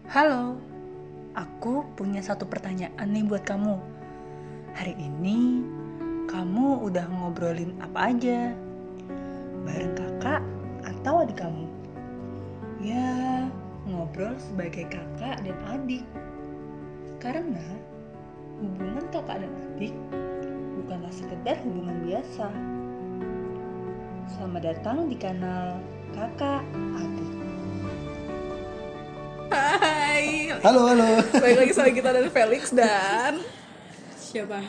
Halo, aku punya satu pertanyaan nih buat kamu. Hari ini kamu udah ngobrolin apa aja? Bareng kakak atau adik kamu? Ya, ngobrol sebagai kakak dan adik. Karena hubungan kakak dan adik bukanlah sekedar hubungan biasa. Selamat datang di kanal Kakak Adik. Hai, Halo. balik lagi sama kita dan Felix dan Siapa?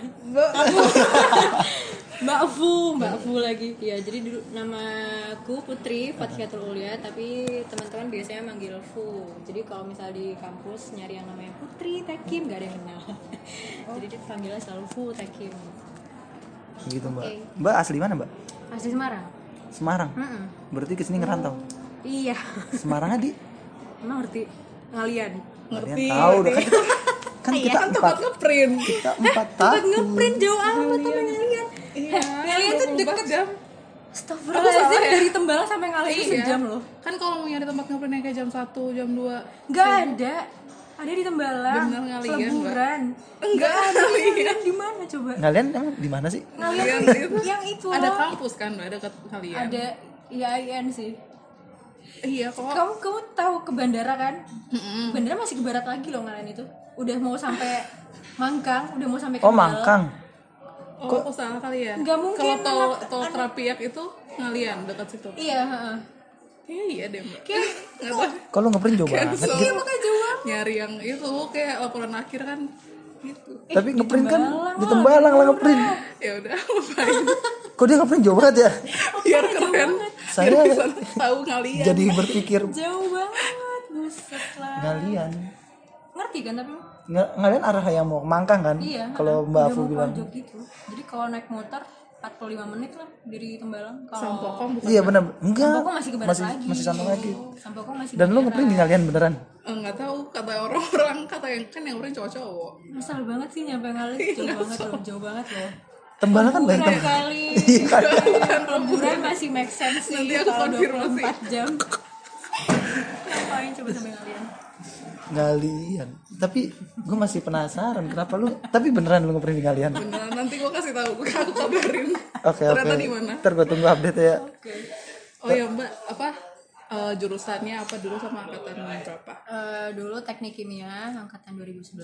Mbak Mbak Fu lagi. Ya, jadi dulu namaku Putri Fatfiatul Ulia, tapi teman-teman biasanya manggil Fu. Jadi kalau misalnya di kampus nyari yang namanya Putri Tekim gak ada yang kenal. Jadi dia panggilnya selalu Fu Tekim. Gitu Mbak. Oke. Mbak asli mana Mbak? Asli Semarang. Semarang. Mm-mm. Berarti kesini ngerantau. Iya. Semarangnya di? Emang ngerti? Ngalian. ngerti. Tahu udah kan kita Kan tempat ngeprint. kita 4 Tempat tahun. ngeprint jauh amat sampai Ngalian. Iya, Ngalian tuh 24 deket. jam. Astagfirullahaladzim, Aku salah ya? dari Tembalang sampai Ngalian itu Iya. sejam loh. Kan kalau mau nyari tempat ngeprint yang kayak jam 1, jam 2 Nggak ada. Ada di Tembalang. Bener Ngalian, Seleburan. Enggak ada. Ngalian. Di mana coba? Ngalian emang di mana sih? Ngalian itu. yang itu Ada loh. kampus kan, ada dekat kalian. Ada IAIN sih. Iya kok. Kamu tahu ke bandara kan? Bandara masih ke barat lagi loh Ngalian itu. Udah mau sampai Mangkang, udah mau sampai Oh, Kendal. Mangkang. Oh, aku salah kali ya. Nggak mungkin, Kalau anak- tol Trapiak itu Ngalian dekat situ. Iya, heeh. Kayaknya iya deh mbak. Kayak Nggak tahu. Kalau ngeprint jauh banget Cancel. gitu. iya makanya jauh banget. Nyari yang itu kayak laporan akhir kan gitu. Tapi di ngeprint kan Tembalang di lah, Tembalang lah ngeprint. Ya udah ngapain? Kok dia ngeprint jauh banget ya? Biar keren. Saya Biar bisa tahu Ngalian. jadi berpikir Jauh banget. Buset lah. Ngalian. Ngerti kan tapi Ngalian arah yang mau ke Mangkang kan? iya. Kalau heeh. Mbak Udah Afu mau bilang. pojok gitu. Jadi kalau naik motor 45 menit lah dari Tembalang. Kalau Sampokong bukan? Iya benar. Enggak. Sampokong masih ke barat lagi. Masih sama lagi. Sampokong masih Dan lu daerah. ngeprint di Ngalian beneran? Nggak tahu kata orang-orang kata yang kan yang orang cowok-cowok. Nyesel banget sih nyampe Ngalian jauh banget loh, jauh banget loh. Tembalang kan banyak Leburan tempat. kali. Iya kan? Leburan masih make sense sih. Nanti aku kalau konfirmasi. 24 jam. Ngapain coba sampai Ngalian? Ngalian. Tapi gue masih penasaran kenapa lu. Tapi beneran lu ngeprint di Ngalian? Beneran nanti gua kasih tahu, aku kabarin. Oke. Ternyata di mana? Ntar gue tunggu update ya. Oke. Oh ya mbak, apa jurusannya apa dulu sama angkatan berapa? Dulu teknik kimia angkatan 2011.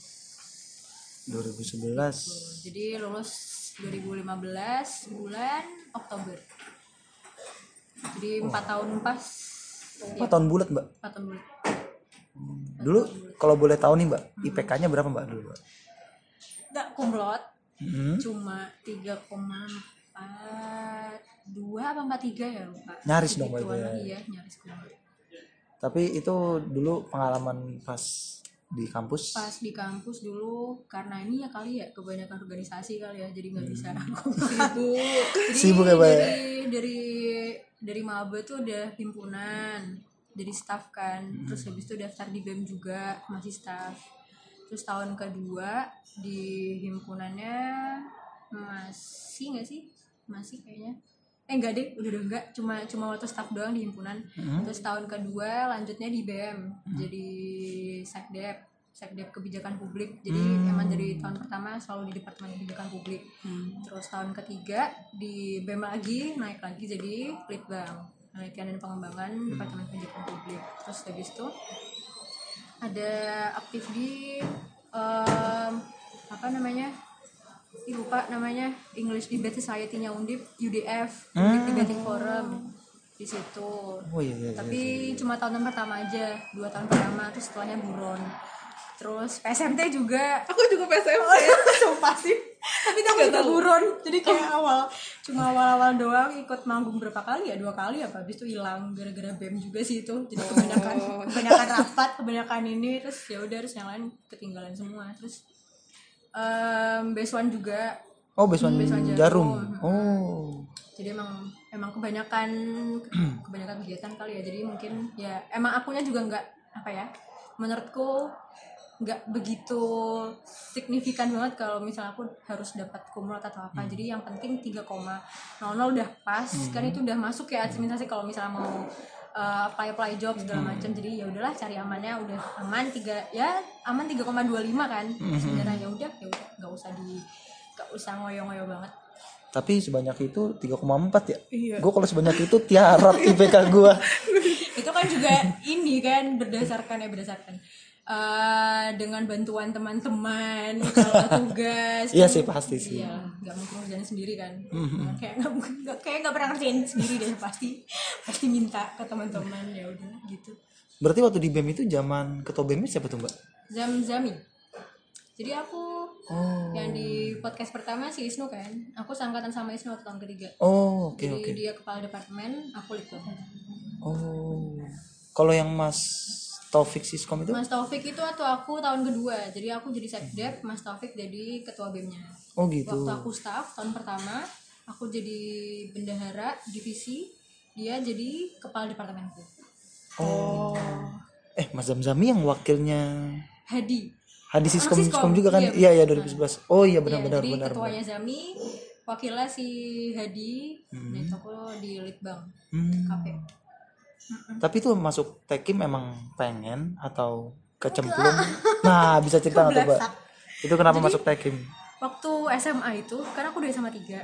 2011. Jadi lulus 2015 bulan Oktober. Jadi 4 tahun pas. 4 tahun bulat Mbak. 4 tahun bulan. Dulu kalau boleh tahu nih Mbak, IPK-nya berapa Mbak dulu Mbak? Enggak kumlot. Hmm. Cuma 3,42 apa 43 ya lupa. Nyaris dong, Mbak, Segituan, itu ya. Iya, nyaris kumlot. Tapi itu dulu pengalaman pas di kampus. Pas di kampus dulu karena ini ya kali ya kebanyakan organisasi kali ya jadi nggak bisa Sibuk. Jadi Sibuk ya, Mbak, ya? dari maba tuh udah himpunan jadi staff kan, terus habis itu daftar di BEM juga masih staff. Terus tahun kedua di himpunannya masih nggak sih? Masih kayaknya. Enggak deh, udah enggak, cuma waktu staff doang di himpunan. Terus tahun kedua lanjutnya di BEM jadi sekdep kebijakan publik. Jadi emang dari tahun pertama selalu di departemen kebijakan publik. Terus tahun ketiga di BEM lagi naik lagi jadi litbang, penelitian dan pengembangan departemen kebijakan publik. Terus habis itu ada aktif di apa namanya? Lupa namanya, English Debate Society-nya Undip, UDF, Undip Debating Forum di situ. Oh iya. Tapi cuma tahun pertama aja, 2 tahun pertama, terus setelahnya buron. Terus PSMT juga, Aku juga PSMT. sumpah sih. Tapi aku juga buron, jadi kayak cuma awal-awal doang ikut manggung berapa kali ya, 2 kali apa, habis itu hilang gara-gara BEM juga sih itu. Jadi kebanyakan rapat, kebanyakan ini, terus ya udah, terus yang lain ketinggalan semua. Terus base one juga. Oh, Beswan Jarum. Jarum. Oh. Jadi emang kebanyakan kegiatan kali ya. Jadi mungkin ya emang akunya juga nggak apa ya, menurutku nggak begitu signifikan banget kalau misalnya aku harus dapat kumlot atau apa. Jadi yang penting 3,00 udah pas kan, itu udah masuk ya administrasi. Kalau misalnya mau apply job segala macam. Jadi ya udahlah cari amannya, udah aman 3,25 kan. Sebenarnya ya udah nggak usah ngoyo-ngoyo banget. Tapi sebanyak itu 3,4 ya. Iya. Gue kalau sebanyak itu tiarap IPK gue. Itu kan juga ini kan berdasarkan dengan bantuan teman-teman kalau tugas. Iya sih pasti sih. Iya, nggak mungkin ngerjain sendiri kan. Kayak nggak pernah ngerjain sendiri deh, pasti minta ke teman-teman, ya udah gitu. Berarti waktu di BEM itu zaman ketua BEM siapa tuh Mbak? Zami. Jadi aku yang di podcast pertama si Isnu kan, aku seangkatan sama Isnu waktu tahun ketiga. Oke. Jadi dia kepala departemen, aku litbang. Kalau yang Mas Taufik Siskom itu? Mas Taufik itu atau aku tahun kedua, jadi aku jadi sekdep, Mas Taufik jadi ketua BEM-nya. Oh gitu. Waktu aku staff tahun pertama, aku jadi bendahara divisi, dia jadi kepala departemenku. Mas Zamzami yang wakilnya Hadi Siskom juga kan? Iya 2011. Oh iya Jadi benar. ketuanya Zami, wakilnya si Hadi, dan itu aku di Litbang KP. Tapi itu masuk Tekim memang pengen atau kecemplung? Nah bisa cerita nggak tuh Mbak? Itu kenapa masuk Tekim? Waktu SMA itu, karena aku udah SMA 3.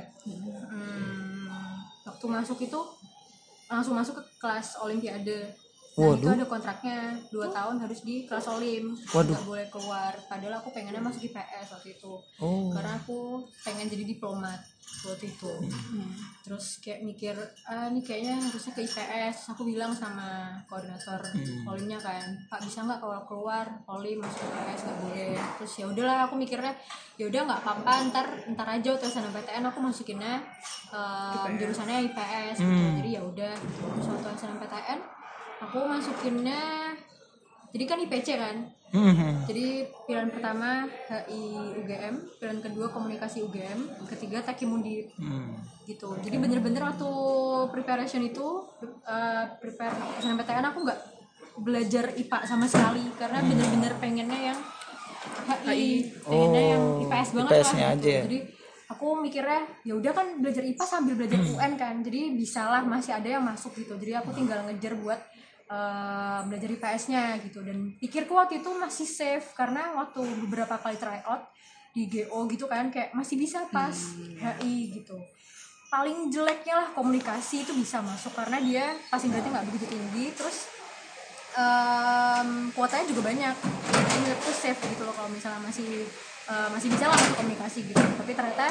Waktu masuk itu langsung masuk ke kelas Olimpiade. Nah itu ada kontraknya 2 tahun harus di kelas Olim, nggak boleh keluar. Padahal aku pengennya masuk IPS waktu itu, karena aku pengen jadi diplomat waktu itu. Terus kayak mikir ini kayaknya harusnya ke IPS. Aku bilang sama koordinator Olimnya kan, Pak bisa nggak kalau keluar Olim masuk IPS? Nggak boleh. Terus ya udahlah aku mikirnya ya udah nggak apa-apa, ntar aja waktu SNMPTN aku masukinnya jurusannya IPS gitu. Jadi ya udah terus waktu SNMPTN aku masukinnya, jadi kan IPC kan. Jadi pilihan pertama HI UGM, pilihan kedua komunikasi UGM, ketiga Tekim Undip. Gitu. Jadi bener-bener waktu preparation itu prepare SNMPTN aku nggak belajar IPA sama sekali, karena bener-bener pengennya yang HI, pengennya yang IPS banget IPS-nya lah. aja. Gitu. Jadi aku mikirnya ya udah kan belajar IPA sambil belajar UN kan, jadi bisalah masih ada yang masuk gitu. Jadi aku tinggal ngejar buat belajar IPS-nya gitu. Dan pikirku waktu itu masih safe, karena waktu beberapa kali tryout di GO gitu kan kayak masih bisa pas HI gitu. Paling jeleknya lah komunikasi itu bisa masuk karena dia passing grade-nya nggak begitu tinggi, terus kuotanya juga banyak. Jadi menurutku safe gitu loh kalau misalnya masih bisa lah masuk komunikasi gitu. Tapi ternyata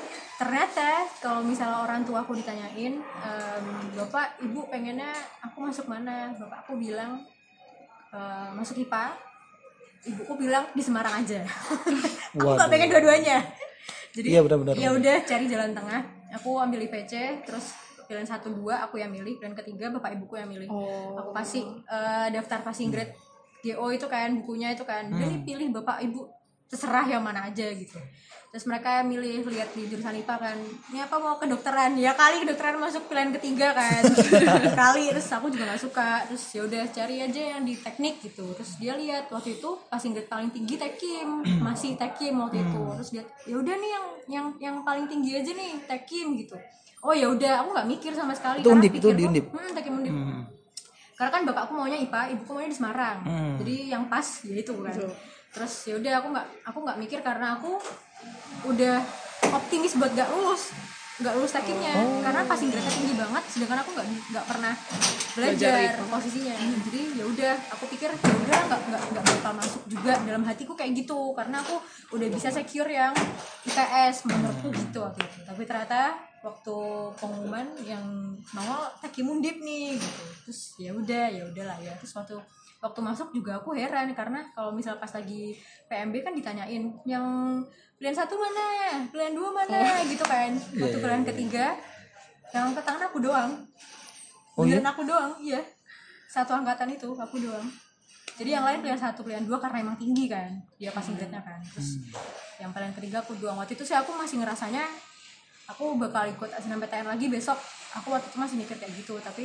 kalau misalnya orang tua aku ditanyain, Bapak Ibu pengennya aku masuk mana, Bapak aku bilang masuk IPA, Ibuku bilang di Semarang aja. Aku gak pengen dua-duanya. Jadi ya udah cari jalan tengah. Aku ambil IPC, terus pilihan 1, 2 aku yang milih, pilihan ketiga Bapak Ibuku yang milih. Aku kasih daftar passing grade GO itu kan, bukunya itu kan, jadi pilih Bapak Ibu, terserah yang mana aja gitu. Terus mereka milih, lihat di jurusan IPA kan, ini apa mau kedokteran, ya kali kedokteran masuk pilihan ketiga kan. Kali, terus aku juga gak suka. Terus ya udah cari aja yang di teknik gitu. Terus dia lihat waktu itu passing grade paling tinggi Tekim, masih Tekim waktu itu. Terus dia ya udah nih yang paling tinggi aja nih Tekim gitu. Oh ya udah, aku nggak mikir sama sekali. Itu karena Undip, itu di Undip. Tekim Undip. Karena kan bapakku maunya IPA, ibuku maunya di Semarang. Jadi yang pas ya itu kan. Terus ya udah aku nggak mikir, karena aku udah optimis buat nggak lulus Tekimnya, karena passing grade tinggi banget, sedangkan aku nggak pernah belajar posisinya. Jadi ya udah aku pikir ya udah nggak bakal masuk juga, dalam hatiku kayak gitu, karena aku udah bisa secure yang IPS menurutku gitu waktu itu. Tapi ternyata waktu pengumuman yang nongol Tekim Undip nih gitu. Terus ya udahlah ya. Terus waktu masuk juga aku heran, karena kalau misal pas lagi PMB kan ditanyain yang pilihan 1 mana, pilihan 2 mana gitu kan. Waktu pilihan ketiga yang ke tangan aku doang. Aku doang, iya. Satu angkatan itu aku doang. Jadi yang lain pilihan 1, pilihan 2 karena emang tinggi kan, dia passing grade-nya kan. Terus yang pilihan ketiga aku doang. Waktu itu sih aku masih ngerasanya aku bakal ikut SNMPTN lagi besok. Aku waktu itu masih mikir kayak gitu, tapi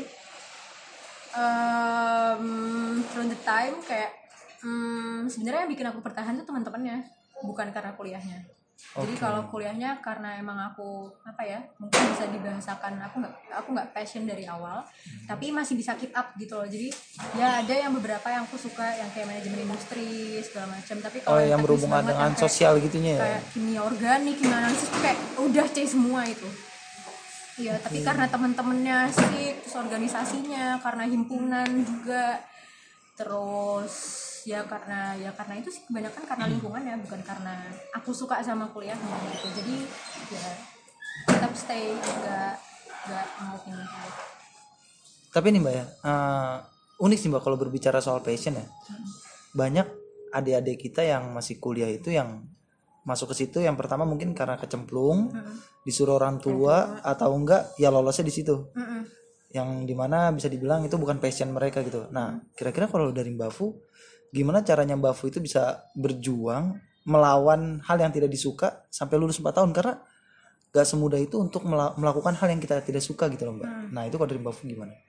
through the time kayak sebenarnya yang bikin aku bertahan tuh teman-temannya, bukan karena kuliahnya. Jadi kalau kuliahnya karena emang aku apa ya, mungkin bisa dibahasakan aku nggak passion dari awal, tapi masih bisa keep up gitu loh. Jadi ya ada yang beberapa yang aku suka yang kayak manajemen industri segala macam. Tapi kalau yang teknis berhubungan banget, dengan yang kayak- sosial gitunya ya. kayak kimia organik, kimia analisis tuh kayak udah C semua itu. Iya, tapi karena temen-temennya sih, terus organisasinya, karena himpunan juga, terus karena itu sih kebanyakan karena lingkungan ya, bukan karena aku suka sama kuliahnya gitu. Jadi ya tetap stay, nggak mau pindah. Tapi nih Mbak ya, unik sih Mbak kalau berbicara soal passion ya. Banyak adik-adik kita yang masih kuliah itu yang masuk ke situ yang pertama mungkin karena kecemplung, disuruh orang tua atau enggak ya lolosnya di situ. Yang dimana bisa dibilang itu bukan passion mereka gitu. Nah, kira-kira kalau dari Mbak Fu, gimana caranya Mbak Fu itu bisa berjuang melawan hal yang tidak disuka sampai lulus 4 tahun, karena gak semudah itu untuk melakukan hal yang kita tidak suka gitu loh Mbak. Nah itu kalau dari Mbak Fu gimana?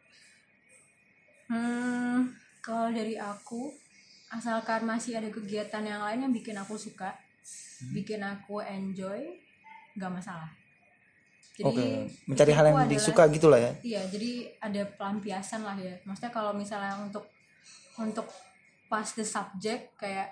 Kalau dari aku, asalkan masih ada kegiatan yang lain yang bikin aku suka, bikin aku enjoy, gak masalah. Jadi mencari hal yang disuka gitulah ya. Iya, jadi ada pelampiasan lah ya. Maksudnya kalau misalnya untuk pass the subject kayak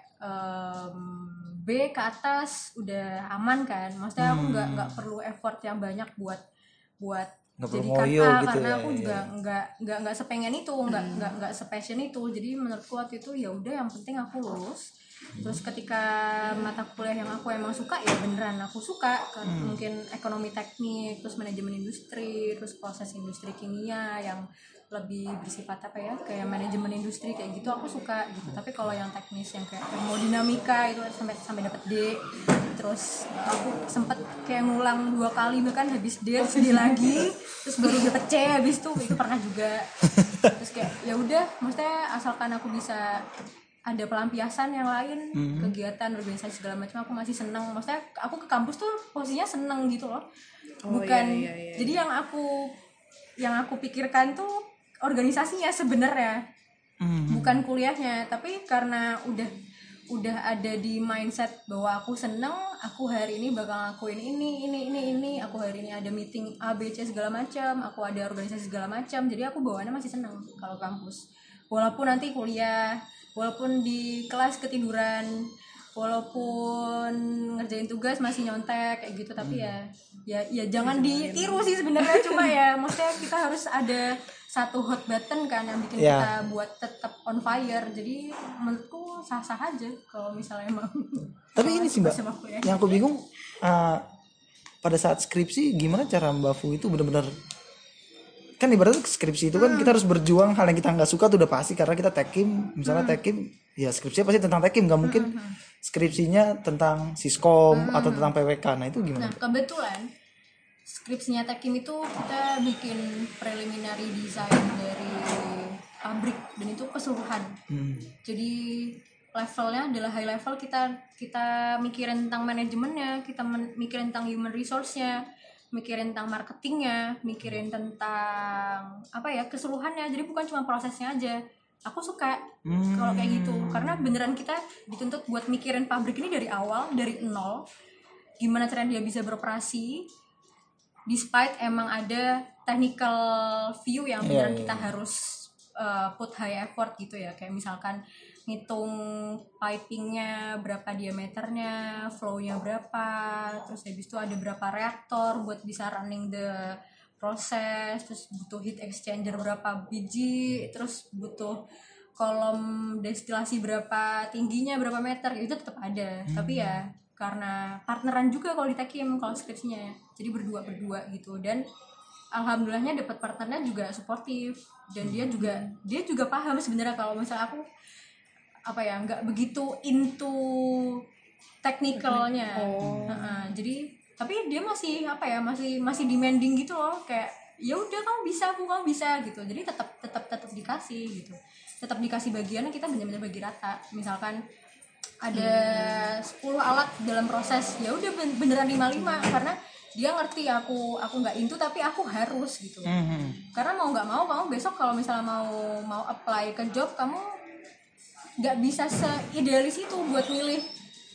B ke atas udah aman kan. Maksudnya aku nggak perlu effort yang banyak buat jadikan A gitu karena ya, aku juga nggak sepengen itu, nggak sepassion itu. Jadi menurutku waktu itu ya udah yang penting aku lulus. Terus ketika mata kuliah yang aku emang suka ya beneran aku suka kan, mungkin ekonomi teknik, terus manajemen industri, terus proses industri kimia yang lebih bersifat apa ya kayak manajemen industri kayak gitu aku suka gitu. Tapi kalau yang teknis yang kayak termodinamika itu sampai dapat D, terus aku sempet kayak ngulang 2 kali bahkan habis D terus D lagi terus baru dapet C habis itu pernah juga. Terus kayak ya udah, maksudnya asalkan aku bisa ada pelampiasan yang lain, kegiatan organisasi segala macam, aku masih seneng. Maksudnya aku ke kampus tuh posisinya seneng gitu loh, bukan iya. Jadi yang aku pikirkan tuh organisasinya sebenarnya, bukan kuliahnya. Tapi karena udah ada di mindset bahwa aku seneng, aku hari ini bakal ngakuin ini, aku hari ini ada meeting A B C segala macam, aku ada organisasi segala macam, jadi aku bawaannya masih seneng kalau kampus. Walaupun nanti kuliah, walaupun di kelas ketiduran, walaupun ngerjain tugas masih nyontek kayak gitu, tapi ya jangan ditiru sih sebenarnya. Cuma ya maksudnya kita harus ada satu hot button kan yang bikin kita buat tetap on fire. Jadi menurutku sah-sah aja kalau misalnya emang. Tapi ini sih Mbak, yang aku bingung pada saat skripsi gimana cara Mbak Fu itu benar-benar, kan ibaratnya skripsi itu kan kita harus berjuang hal yang kita nggak suka tuh udah pasti, karena kita tekim misalnya tekim ya skripsinya pasti tentang tekim, nggak mungkin skripsinya tentang siskom atau tentang PWK. Nah itu gimana? Nah kebetulan skripsinya tekim itu kita bikin preliminary design dari pabrik dan itu keseluruhan. Jadi levelnya adalah high level, kita mikirin tentang manajemennya, kita mikirin tentang human resource-nya, mikirin tentang marketingnya, mikirin tentang apa ya keseluruhannya. Jadi bukan cuma prosesnya aja. Aku suka kalau kayak gitu karena beneran kita dituntut buat mikirin pabrik ini dari awal, dari nol, gimana caranya dia bisa beroperasi despite emang ada technical view yang beneran kita harus put high effort gitu ya. Kayak misalkan ngitung pipingnya berapa diameternya, flow-nya berapa, terus habis itu ada berapa reaktor buat bisa running the proses, terus butuh heat exchanger berapa biji, terus butuh kolom destilasi berapa tingginya, berapa meter, itu tetap ada. Tapi ya karena partneran juga kalau di Tekim kalau skripsinya, jadi berdua gitu. Dan alhamdulillahnya dapat partnernya juga suportif dan dia juga paham sebenarnya kalau misalnya aku apa ya nggak begitu into technicalnya. Jadi tapi dia masih apa ya masih demanding gitu loh, kayak ya udah kamu bisa gitu. Jadi tetap dikasih gitu, tetap dikasih bagiannya, kita benar-benar bagi rata. Misalkan ada 10 alat dalam proses, ya udah beneran 5-5 karena dia ngerti aku nggak into tapi aku harus gitu. Karena mau nggak mau kamu besok kalau misalnya mau apply ke job, kamu nggak bisa seidealis itu buat milih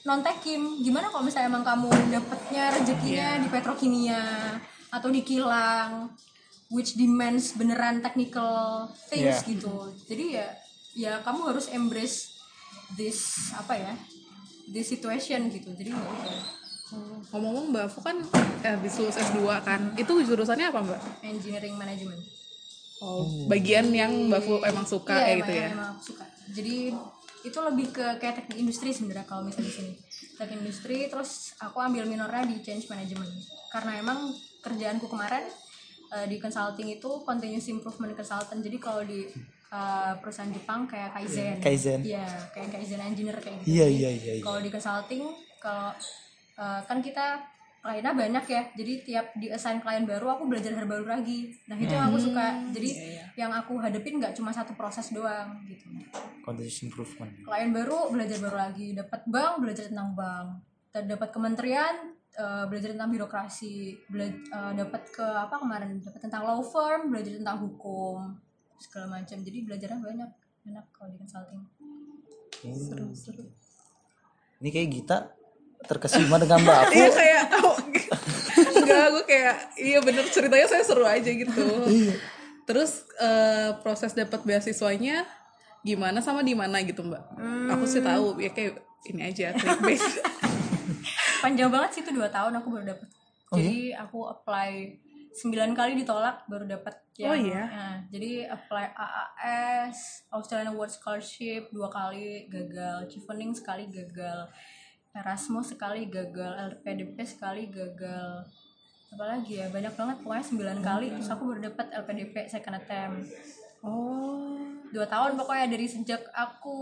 non tekim. Gimana kalau misalnya emang kamu dapetnya rezekinya di petrokimia atau di kilang, which demands beneran technical things gitu. Jadi ya kamu harus embrace this this situation gitu. Jadi nggak usah. Ngomong-ngomong Mbak Fu kan habis lulus S2 kan, itu jurusannya apa Mbak? Engineering management. Bagian yang Mbak Fu emang suka Iya, kayak gitu ya? emang aku suka. Jadi itu lebih ke kayak teknik industri sebenarnya kalau misalnya di sini. Teknik industri, terus aku ambil minornya di change management. Karena emang kerjaanku kemarin di consulting itu continuous improvement consultant. Jadi kalau di perusahaan Jepang kayak Kaizen. Iya, kayak Kaizen engineer kayak gitu. Iya. Kalau di consulting, kalau kan kita kliennya banyak ya, jadi tiap di assign klien baru aku belajar hal baru lagi. Nah itu yang aku suka. Jadi yang aku hadapin nggak cuma satu proses doang gitu. Continuous improvement. Klien baru belajar baru lagi, dapat bank belajar tentang bank, dapat kementerian belajar tentang birokrasi, dapat ke apa kemarin dapat tentang law firm, belajar tentang hukum segala macam. Jadi belajarnya banyak kalau di consulting. Seru. Ini kayak Gita terkesima dengan Mbak Fu. Iya kayak enggak, gue kayak iya bener, ceritanya saya seru aja gitu. Terus proses dapat beasiswanya gimana sama di mana gitu Mbak? Aku sih tahu ya kayak ini aja clickbait. Panjang banget sih itu 2 tahun aku baru dapet. Jadi aku apply 9 kali ditolak baru dapat yang jadi apply AAS, Australian Award Scholarship 2 kali gagal, Chevening sekali gagal, Erasmus sekali gagal, LPDP sekali gagal, apalagi ya banyak banget pokoknya 9 kali. Terus aku baru dapat LPDP second attempt. 2 tahun pokoknya dari sejak aku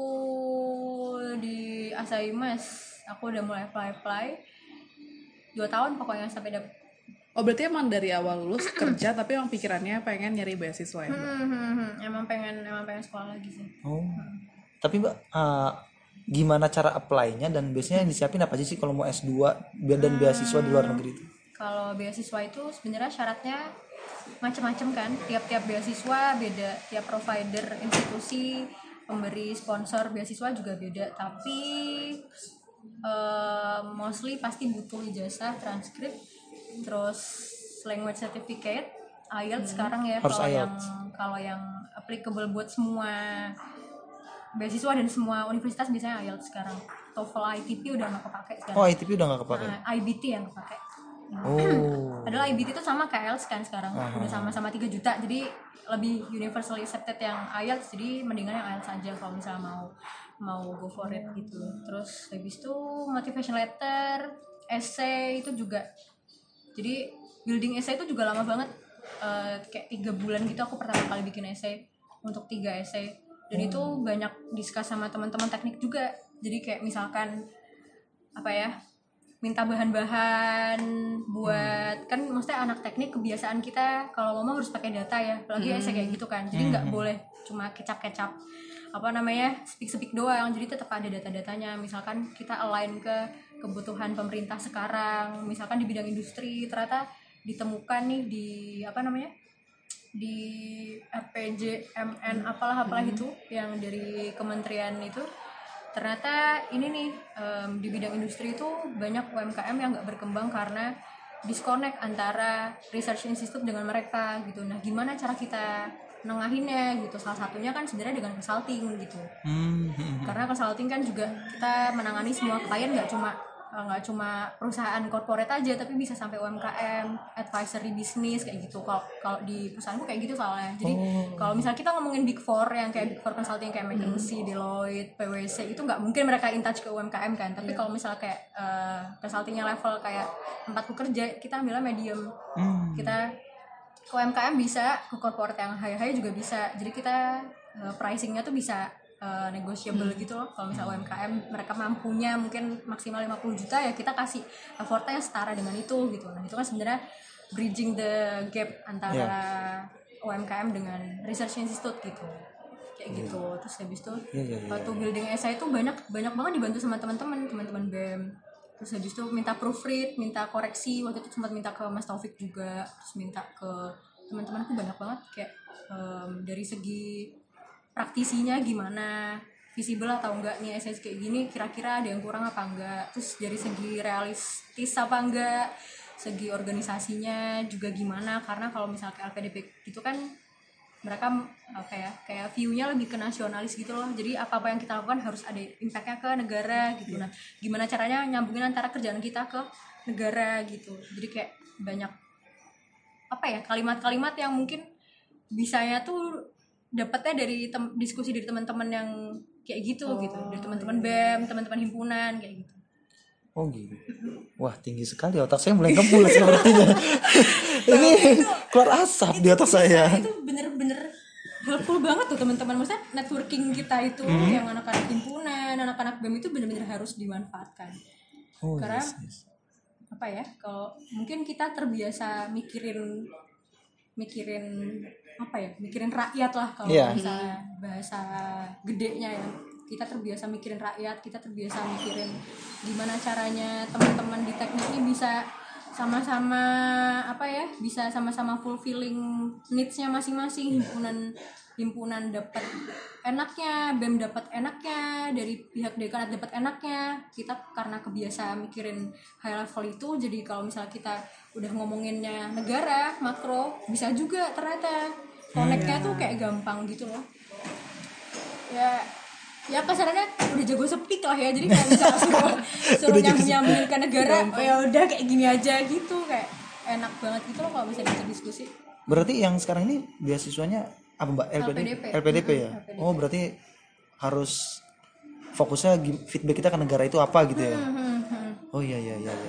di Asahi Mas aku udah mulai apply 2 tahun pokoknya sampai dapet. Oh berarti emang dari awal lulus kerja tapi emang pikirannya pengen nyari beasiswa ya Mbak? Emang pengen sekolah lagi sih. Tapi Mbak, gimana cara apply-nya dan biasanya yang disiapin apa aja sih kalau mau S2 dan beasiswa di luar negeri itu? Kalau beasiswa itu sebenarnya syaratnya macam-macam kan, tiap beasiswa beda, tiap provider, institusi, pemberi sponsor beasiswa juga beda, tapi mostly pasti butuh ijazah, transkrip, terus language certificate, IELTS sekarang ya. Kalau yang applicable buat semua beasiswa dan semua universitas biasanya IELTS sekarang. TOEFL, ITP udah nggak kepake sekarang. Oh, ITP udah nggak kepake. IBT yang kepake. Padahal IBT itu sama kayak IELTS kan sekarang, udah sama-sama 3 juta, jadi lebih universally accepted yang IELTS, jadi mendingan yang IELTS aja kalau misalnya mau go for it gitu. Terus habis itu motivation letter, essay itu juga. Jadi building essay itu juga lama banget, kayak 3 bulan gitu aku pertama kali bikin essay untuk 3 essay. Dan itu banyak discuss sama teman-teman teknik juga. Jadi kayak misalkan minta bahan-bahan buat, kan maksudnya anak teknik kebiasaan kita kalau ngomong harus pakai data ya, apalagi essay kayak gitu kan. Jadi nggak boleh cuma kecap-kecap speak doang. Jadi tetap ada data-datanya. Misalkan kita align ke kebutuhan pemerintah sekarang, misalkan di bidang industri ternyata ditemukan nih di RPJMN apalah itu yang dari kementerian itu, ternyata ini nih di bidang industri itu banyak UMKM yang nggak berkembang karena disconnect antara research institute dengan mereka gitu. Nah gimana cara kita nengahinnya gitu? Salah satunya kan sebenarnya dengan consulting gitu. Karena consulting kan juga kita menangani semua klien, nggak cuma perusahaan corporate aja, tapi bisa sampai UMKM, advisory bisnis kayak gitu. Kalau di perusahaanku kayak gitu soalnya. Jadi kalau misalnya kita ngomongin Big Four yang kayak Big Four consulting kayak McKinsey, Deloitte, PwC, itu nggak mungkin mereka in touch ke UMKM kan. Tapi kalau misalnya kayak consultingnya level kayak tempatku kerja, kita ambilnya medium. Kita ke UMKM bisa, ke corporate yang high juga bisa. Jadi kita pricingnya tuh bisa negotiable gitu loh. Kalau misalnya UMKM mereka mampunya mungkin maksimal 50 juta, ya kita kasih effortnya setara dengan itu gitu. Nah itu kan sebenarnya bridging the gap antara UMKM dengan research institute gitu, kayak gitu. Terus habis itu waktu building essay itu banyak banget dibantu sama teman-teman BEM. Terus habis itu minta proofread, minta koreksi, waktu itu sempat minta ke Mas Taufik juga, terus minta ke teman-temanku banyak banget kayak dari segi praktisinya gimana, visible atau enggak nih esensi kayak gini, kira-kira ada yang kurang apa enggak, terus dari segi realistis apa enggak, segi organisasinya juga gimana, karena kalau misalnya kayak LPDP gitu kan mereka apa ya, kayak view-nya lebih ke nasionalis gitu loh, jadi apa-apa yang kita lakukan harus ada impact-nya ke negara gitu. Nah gimana caranya nyambungin antara kerjaan kita ke negara gitu, jadi kayak banyak apa ya, kalimat-kalimat yang mungkin bisanya tuh dapatnya dari diskusi dari teman-teman yang kayak gitu gitu, dari teman-teman BEM, teman-teman himpunan kayak gitu. Oh gitu. Wah tinggi sekali, otak saya mulai ngebul sepertinya. Ini keluar asap di otak saya. Itu bener-bener helpful banget tuh teman-teman, maksudnya networking kita itu yang anak-anak himpunan, anak-anak BEM itu bener-bener harus dimanfaatkan. Karena yes. Apa ya, kalau mungkin kita terbiasa mikirin apa ya, mikirin rakyat lah kalau misalnya bahasa gedenya ya, kita terbiasa mikirin rakyat, kita terbiasa mikirin gimana caranya teman-teman di teknik ini bisa sama-sama apa ya, bisa sama-sama fulfilling needs-nya masing-masing. Himpunan dapat enaknya, BEM dapat enaknya, dari pihak dekan dapat enaknya. Kita karena kebiasa mikirin high level itu, jadi kalau misalnya kita udah ngomonginnya negara makro, bisa juga ternyata connect-nya tuh kayak gampang gitu loh. Ya kasarannya udah jago speak lah ya, jadi kalau misalnya suruh nyambungin ke negara, oh ya udah kayak gini aja gitu, kayak enak banget gitu loh kalau bisa diskusi. Berarti yang sekarang ini beasiswanya apa Mbak? LPDP ya? LPDP. Oh berarti harus fokusnya feedback kita ke negara itu apa gitu ya? Oh iya.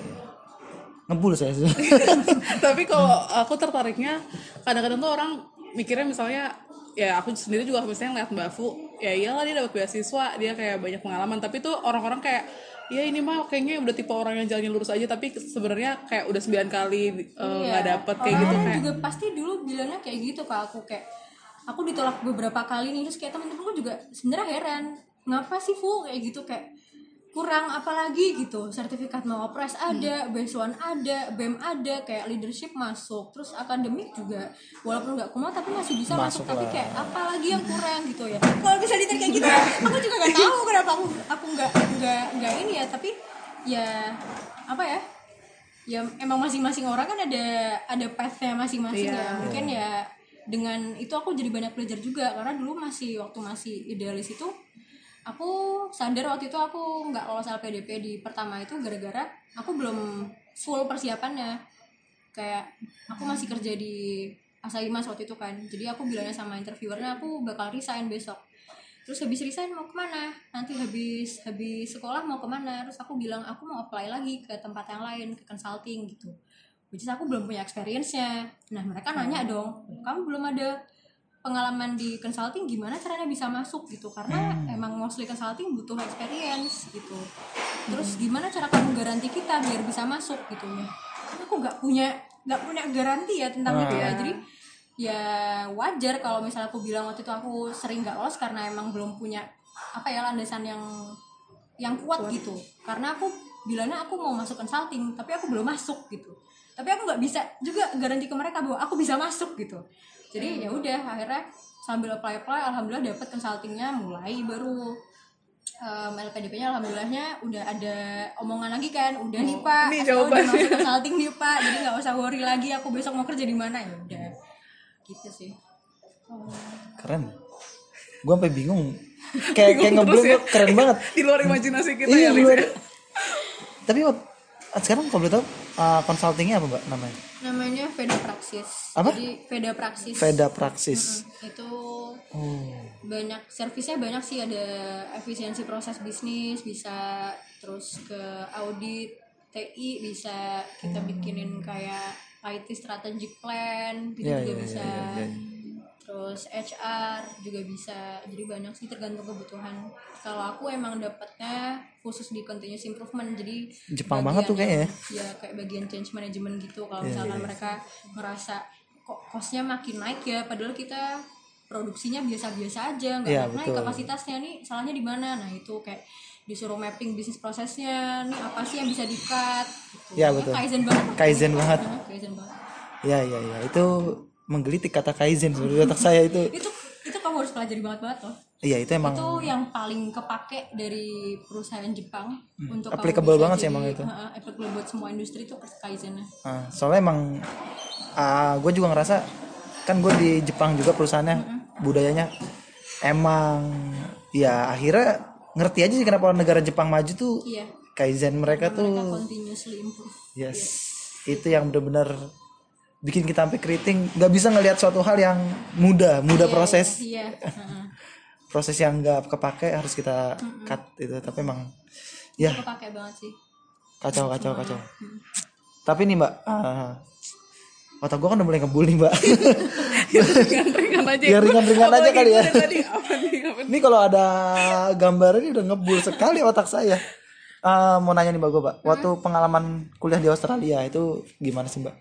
Ngebul saya sih. Tapi kalau aku tertariknya kadang-kadang tuh orang mikirnya misalnya, ya aku sendiri juga misalnya ngeliat Mbak Fu, ya iyalah dia dapat beasiswa, dia kayak banyak pengalaman, tapi tuh orang-orang kayak ya ini mah kayaknya udah tipe orang yang jalannya lurus aja, tapi sebenarnya kayak udah 9 kali nggak dapet kayak gitu. Orang juga pasti dulu bilangnya kayak gitu ke aku, kayak aku ditolak beberapa kali nih, terus kayak temen-temenku juga sebenarnya heran, ngapa sih Fu kayak gitu, kayak kurang apa lagi gitu, sertifikat Mawapres ada, beasiswa ada, BEM ada, kayak leadership masuk, terus akademik juga walaupun nggak kumlot tapi masih bisa masuk tapi kayak apa lagi yang kurang gitu ya. Kalau bisa ditanya kayak gitu aku juga nggak tahu kenapa aku nggak ini ya, tapi ya apa ya, ya emang masing-masing orang kan ada path-nya masing-masing ya. Mungkin ya dengan itu aku jadi banyak belajar juga, karena dulu waktu masih idealis itu aku sadar waktu itu aku nggak lolos LPDP di pertama itu gara-gara aku belum full persiapannya, kayak aku masih kerja di Asaimas waktu itu kan, jadi aku bilangnya sama interviewernya aku bakal resign besok. Terus habis resign mau kemana, nanti habis sekolah mau kemana, terus aku bilang aku mau apply lagi ke tempat yang lain, ke consulting gitu, which is aku belum punya experience-nya. Nah mereka nanya dong, kamu belum ada pengalaman di consulting, gimana caranya bisa masuk gitu, karena emang mostly consulting butuh experience gitu. Terus gimana cara kamu garanti kita biar bisa masuk gitu ya, aku nggak punya garansi ya tentang itu ya. Jadi ya wajar kalau misalnya aku bilang waktu itu aku sering nggak lolos karena emang belum punya apa ya, landasan yang kuat gitu. Karena aku bilangnya aku mau masuk consulting tapi aku belum masuk gitu, tapi aku nggak bisa juga garansi ke mereka bahwa aku bisa masuk gitu. Jadi ya udah akhirnya sambil apply alhamdulillah dapet consultingnya, mulai baru LPDP-nya alhamdulillahnya udah ada omongan lagi kan, udah nih Pak, udah masuk consulting nih Pak, jadi nggak usah worry lagi aku besok mau kerja di mana, ya udah gitu sih. Keren, gue sampai bingung kayak ngeblok ya. Keren banget di luar imajinasi kita ya luar. Tapi sekarang kalau boleh tahu consultingnya apa Mbak namanya Veda Praxis. Apa? Jadi Veda Praxis. Itu banyak servisnya, banyak sih, ada efisiensi proses bisnis bisa, terus ke audit TI bisa, kita bikinin kayak IT strategic plan gitu juga bisa. Terus HR juga bisa, jadi banyak sih tergantung kebutuhan. Kalau aku emang dapatnya khusus di continuous improvement, jadi Jepang banget tuh kayaknya ya kayak bagian change management gitu. Kalau misalkan mereka ngerasa kok costnya makin naik ya, padahal kita produksinya biasa-biasa aja, nggak naik kapasitasnya, nih salahnya di mana. Nah itu kayak disuruh mapping bisnis prosesnya, nih apa sih yang bisa di-cut gitu. Ya betul, kaizen banget. Ya itu menggelitik kata kaizen di otak saya itu kamu harus pelajari banget loh. Iya itu emang itu yang paling kepake dari perusahaan Jepang untuk kamu applicable bisa banget sih jadi, emang itu. applicable buat semua industri itu Kaizen. Soalnya emang gue juga ngerasa kan gue di Jepang juga perusahaannya, budayanya emang ya akhirnya ngerti aja sih kenapa negara Jepang maju tuh. Iya. Kaizen mereka Mereka tuh continuously improve. yes, itu yang benar-benar bikin kita sampai keriting, nggak bisa ngelihat suatu hal yang mudah proses. Iya. Proses yang nggak kepake harus kita cut itu, tapi emang ya Itu kepake banget sih. kacau. Tapi nih mbak, otak gue kan udah mulai ngebul nih mbak. Ringan-ringan aja. Ya ringan-ringan aja kali ya. Tadi apa nih? Ini kalau ada gambarnya ini udah ngebul sekali otak saya. Mau nanya nih mbak gue, mbak, waktu pengalaman kuliah di Australia itu gimana sih mbak?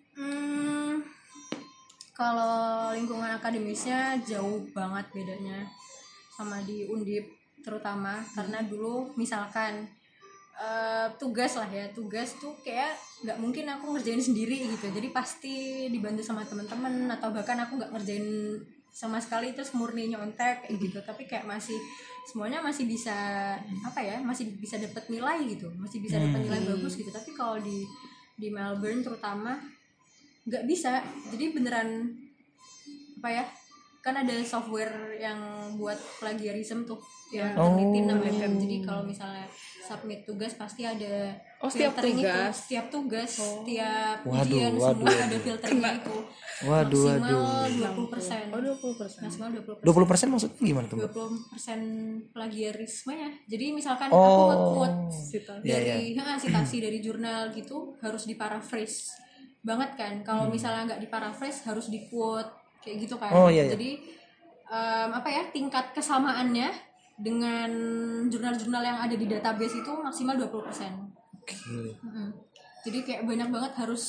Kalau lingkungan akademisnya jauh banget bedanya sama di Undip terutama karena dulu misalkan tugas tuh kayak nggak mungkin aku ngerjain sendiri gitu, jadi pasti dibantu sama teman-teman atau bahkan aku nggak ngerjain sama sekali terus murni nyontek kayak gitu, tapi kayak semuanya masih bisa masih bisa dapat nilai gitu, masih bisa dapat nilai bagus gitu. Tapi kalau di Melbourne terutama nggak bisa, jadi beneran kan ada software yang buat plagiarism tuh yang peneliti namanya. Jadi kalau misalnya submit tugas pasti ada filtering itu, setiap tugas, setiap ujian semua ada filternya itu. Maksimal 20%. Oh 20%. Maksimal 20%. 20% maksudnya gimana tuh mbak? 20% plagiarismenya. Jadi misalkan aku nge-quote dari citasi dari jurnal gitu harus diparaphrase banget kan. Kalau misalnya nggak diparaphrase harus di-quote kayak gitu kan. Jadi tingkat kesamaannya dengan jurnal-jurnal yang ada di database itu maksimal 20%. Jadi kayak banyak banget harus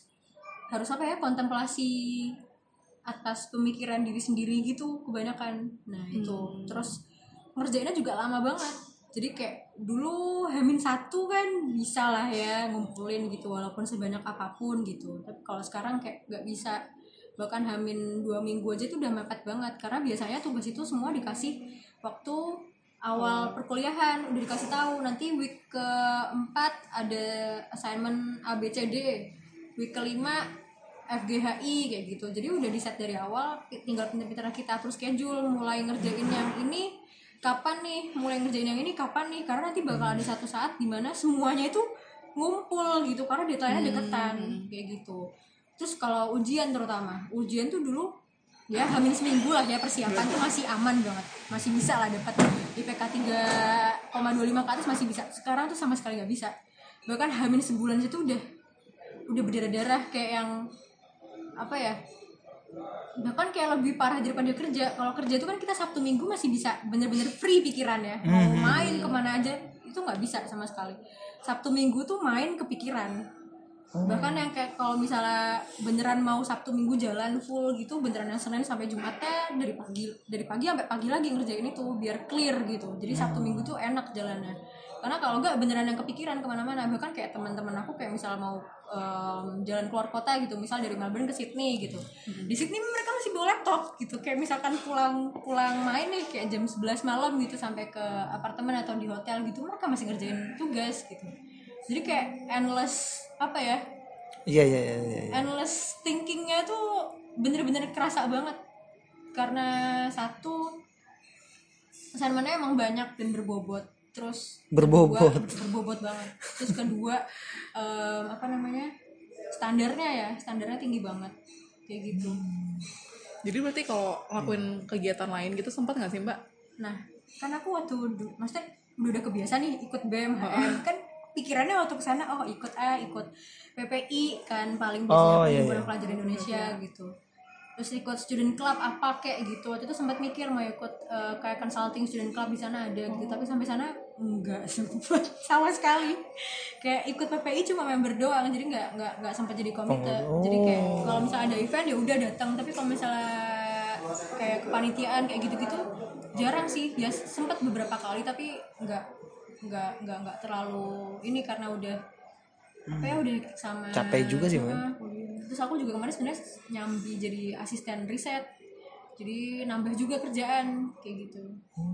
kontemplasi atas pemikiran diri sendiri gitu kebanyakan. Nah itu terus ngerjainnya juga lama banget. Jadi kayak dulu H-1 kan bisa lah ya ngumpulin gitu walaupun sebanyak apapun gitu. Tapi kalau sekarang kayak nggak bisa. Bahkan H-2 minggu aja itu udah mepet banget karena biasanya tugas itu semua dikasih waktu awal perkuliahan, udah dikasih tahu nanti week ke-4 ada assignment ABCD, week ke-5 FGHI kayak gitu. Jadi udah di set dari awal, tinggal pinter-pinter kita terus schedule mulai ngerjain yang ini kapan nih, karena nanti bakal ada satu saat dimana semuanya itu ngumpul gitu karena deadline-nya deketan kayak gitu. Terus kalau ujian tuh dulu ya hamin seminggu lah ya persiapan tuh masih aman banget, masih bisa lah dapat IPK 3,25 ke atas masih bisa. Sekarang tuh sama sekali nggak bisa, bahkan hamin sebulan itu udah berdarah-darah kayak yang bahkan kayak lebih parah daripada kerja. Kalau kerja itu kan kita Sabtu Minggu masih bisa bener-bener free pikirannya, mau main kemana aja itu nggak bisa sama sekali. Sabtu Minggu tuh main kepikiran. Bahkan yang kayak kalau misalnya beneran mau Sabtu Minggu jalan full gitu, beneran yang Senin sampai Jumatnya dari pagi sampai pagi lagi ngerjain itu biar clear gitu. Jadi Sabtu Minggu tuh enak jalannya. Karena kalau enggak beneran yang kepikiran kemana-mana. Bahkan kayak teman-teman aku kayak misal mau jalan keluar kota gitu, misal dari Melbourne ke Sydney gitu. Di Sydney mereka masih bawa laptop gitu. Kayak misalkan pulang main nih kayak jam 11 malam gitu sampai ke apartemen atau di hotel gitu, mereka masih ngerjain tugas gitu. Jadi kayak endless Iya. endless thinkingnya tuh bener-bener kerasa banget karena satu assignmentnya emang banyak dan berbobot, terus berbobot banget. Terus kedua standarnya tinggi banget kayak gitu. Jadi berarti kalau ngelakuin kegiatan lain gitu sempat nggak sih mbak? Nah kan aku maksudnya udah kebiasa nih ikut BEM HM kan pikirannya waktu kesana ikut PPI kan paling biasanya Perhimpunan Pelajar Indonesia gitu. Terus ikut student club apa kayak gitu. Waktu itu sempat mikir mau ikut kayak consulting student club di sana ada gitu, tapi sampai sana enggak sempat sama sekali. Kayak ikut PPI cuma member doang, jadi enggak sempat jadi komite. Jadi kayak kalau misalnya ada event ya udah datang, tapi kalau misalnya kayak kepanitiaan kayak gitu-gitu jarang sih. Ya sempat beberapa kali tapi enggak terlalu ini karena udah udah sama capek juga sih mbak. Terus aku juga kemarin sebenarnya nyambi jadi asisten riset, jadi nambah juga kerjaan kayak gitu.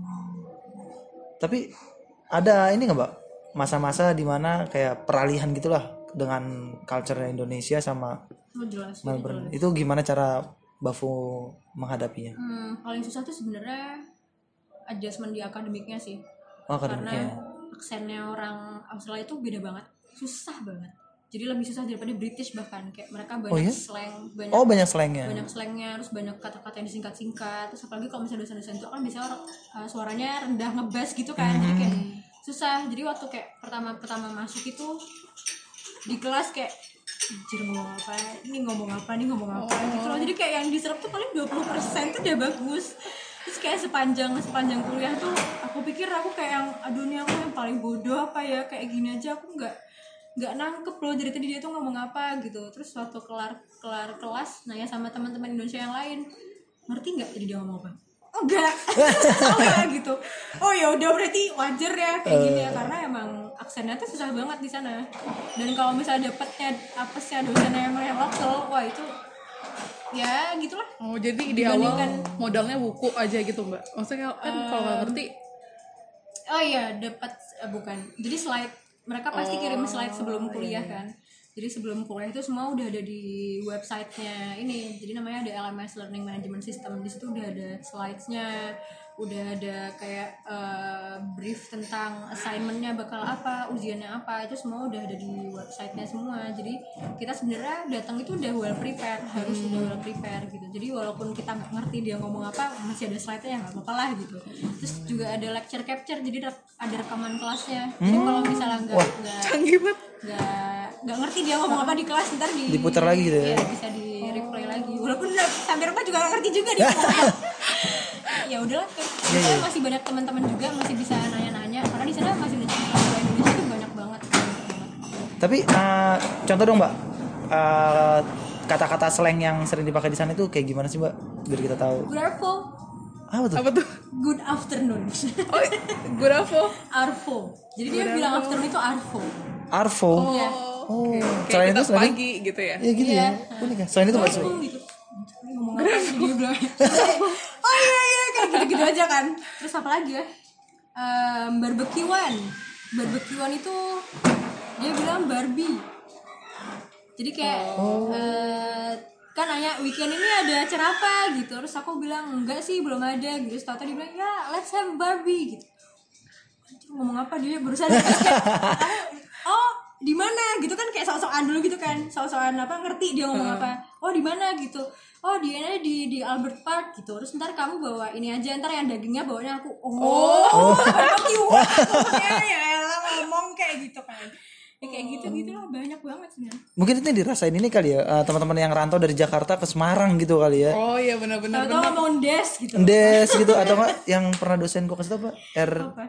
Tapi ada ini nggak Mbak masa-masa dimana kayak peralihan gitulah dengan culture Indonesia sama Jelas Melbourne. Itu gimana cara Mbak Fu menghadapinya? Paling susah tuh sebenarnya adjustment di akademiknya sih, Oh, karena akademiknya. aksennya orang Australia itu beda banget, susah banget. Jadi lebih susah daripada British, bahkan kayak mereka banyak slang, Oh, banyak slangnya. banyak slangnya, terus banyak kata-kata yang disingkat-singkat. Terus apalagi kalau misalnya dosen-dosen itu kan bisa suaranya rendah ngebass gitu kan, jadi kayak susah. Jadi waktu kayak pertama masuk itu di kelas kayak anjir ngomong apa gitu loh. Jadi kayak yang diserap tuh paling 20% tuh udah bagus. Terus kayak sepanjang kuliah tuh aku pikir aku kayak yang aduh nih aku yang paling bodoh apa ya, kayak gini aja aku nggak nangkep loh dari tadi dia tuh ngomong apa gitu. Terus waktu kelar kelas nanya sama teman-teman Indonesia yang lain, ngerti nggak tadi dia ngomong apa? Enggak. Sama gitu. Oh ya udah berarti wajar ya kayak gini ya, karena emang aksennya tuh susah banget di sana. Dan kalau misalnya dapetnya apesnya dosennya emang yang lokal, wah itu ya gitulah. Oh, jadi di awal modalnya buku aja gitu Mbak. Maksudnya kan kalau nggak ngerti. Oh iya dapat bukan. Jadi slide mereka pasti kirim slide sebelum kuliah kan. Jadi sebelum kuliah itu semua udah ada di websitenya ini. Jadi namanya ada LMS Learning Management System. Di situ udah ada slides-nya, udah ada kayak brief tentang assignment-nya bakal apa, ujiannya apa, itu semua udah ada di websitenya semua. Jadi kita sebenarnya datang itu udah well prepare, harus udah well prepare gitu. Jadi walaupun kita nggak ngerti dia ngomong apa, masih ada slide-nya ya nggak apa-apa lah gitu. Terus juga ada lecture capture, jadi ada rekaman kelasnya. Jadi kalau misalnya nggak ngerti dia ngomong apa di kelas, ntar diputar lagi gitu ya? Iya, bisa di replay lagi. Walaupun sampai rumah juga nggak ngerti juga dia. Ya udahlah, kita masih banyak teman-teman juga masih bisa nanya-nanya karena di sana masih banyak orang Indonesia tuh banyak banget. Tapi contoh dong Mbak, kata-kata slang yang sering dipakai di sana itu kayak gimana sih Mbak? Biar kita tahu. Good arvo. Apa tuh? Good afternoon. Oh, good arvo. Arvo. Jadi dia bilang afternoon itu arvo. Arvo. Iya. Oh, Kayak selain kita itu selain pagi gitu ya. ya gitu ya. Unik ya. Selain itu Mbak Arvo gitu. Ngomong apa sih dia bilang? Oh iya kayak gitu-gitu aja kan. Terus apa lagi ya? Barbekyuan itu dia bilang Barbie. Jadi kayak kan nanya weekend ini ada acara apa gitu. Terus aku bilang enggak sih belum ada gitu. Terus tata dia bilang ya let's have Barbie gitu. Anjir, ngomong apa dia barusan oh di mana gitu kan, kayak sok-sokan dulu gitu kan, sok-sokan apa ngerti dia ngomong apa. Oh di mana gitu. Oh dia di Albert Park gitu. Terus ntar kamu bawa ini aja, ntar yang dagingnya bawanya aku. Barbekyuan ya elah ngomong kayak gitu kan. Ya kayak gitu lah, banyak banget sebenarnya. mungkin itu yang dirasain ini kali ya, teman-teman yang rantau dari Jakarta ke Semarang gitu kali ya. Oh iya benar-benar. Tahu ngomong des gitu. Des gitu atau enggak yang pernah dosen gua kasih tau Pak? Apa?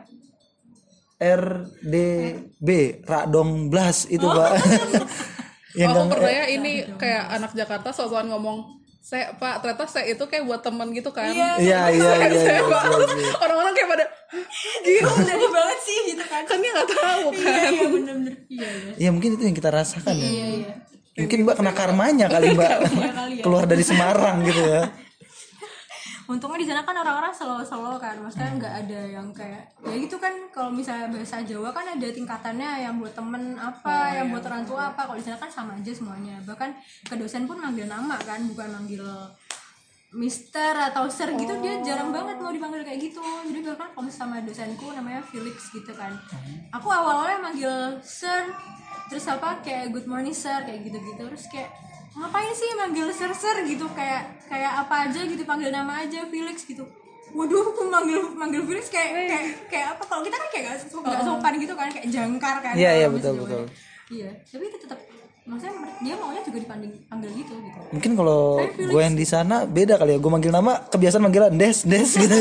RDB Radong Blas itu Pak. Yang Aku percaya ini kayak anak Jakarta soal ngomong saya Pak, ternyata saya itu kayak buat temen gitu kan. Iya. Orang-orang kayak pada Gitu dari banget sih gitu kan. kan dia nggak tahu kan. Iya bener-bener. Iya. Ya mungkin itu yang kita rasakan ya. Iya. Mungkin Mbak kena karmanya kali Mbak. kali ya. Keluar dari Semarang gitu ya. Untungnya di sana kan orang-orang slow kan, maksudnya nggak ada yang kayak ya gitu kan. Kalau misalnya bahasa Jawa kan ada tingkatannya, yang buat temen apa, yang buat orang tua apa. Kalau di sana kan sama aja semuanya. Bahkan ke dosen pun manggil nama kan, bukan manggil Mister atau Sir gitu. Dia jarang banget mau dipanggil kayak gitu. Jadi bahkan kalau sama dosenku namanya Felix gitu kan, aku awalnya manggil Sir, terus apa kayak good morning Sir kayak gitu-gitu. Terus kayak ngapain sih manggil Sir gitu, kayak apa aja gitu, panggil nama aja Felix gitu. Waduh, aku manggil Felix kayak apa? Kalau kita kan kayak nggak sopan gitu kan, kayak jangkar kan. Iya Kalau betul. Iya, tapi itu tetap maksudnya dia maunya juga dipanggil gitu. Mungkin kalau gue yang di sana beda kali ya. Gue manggil nama kebiasaan manggilan Des gitu.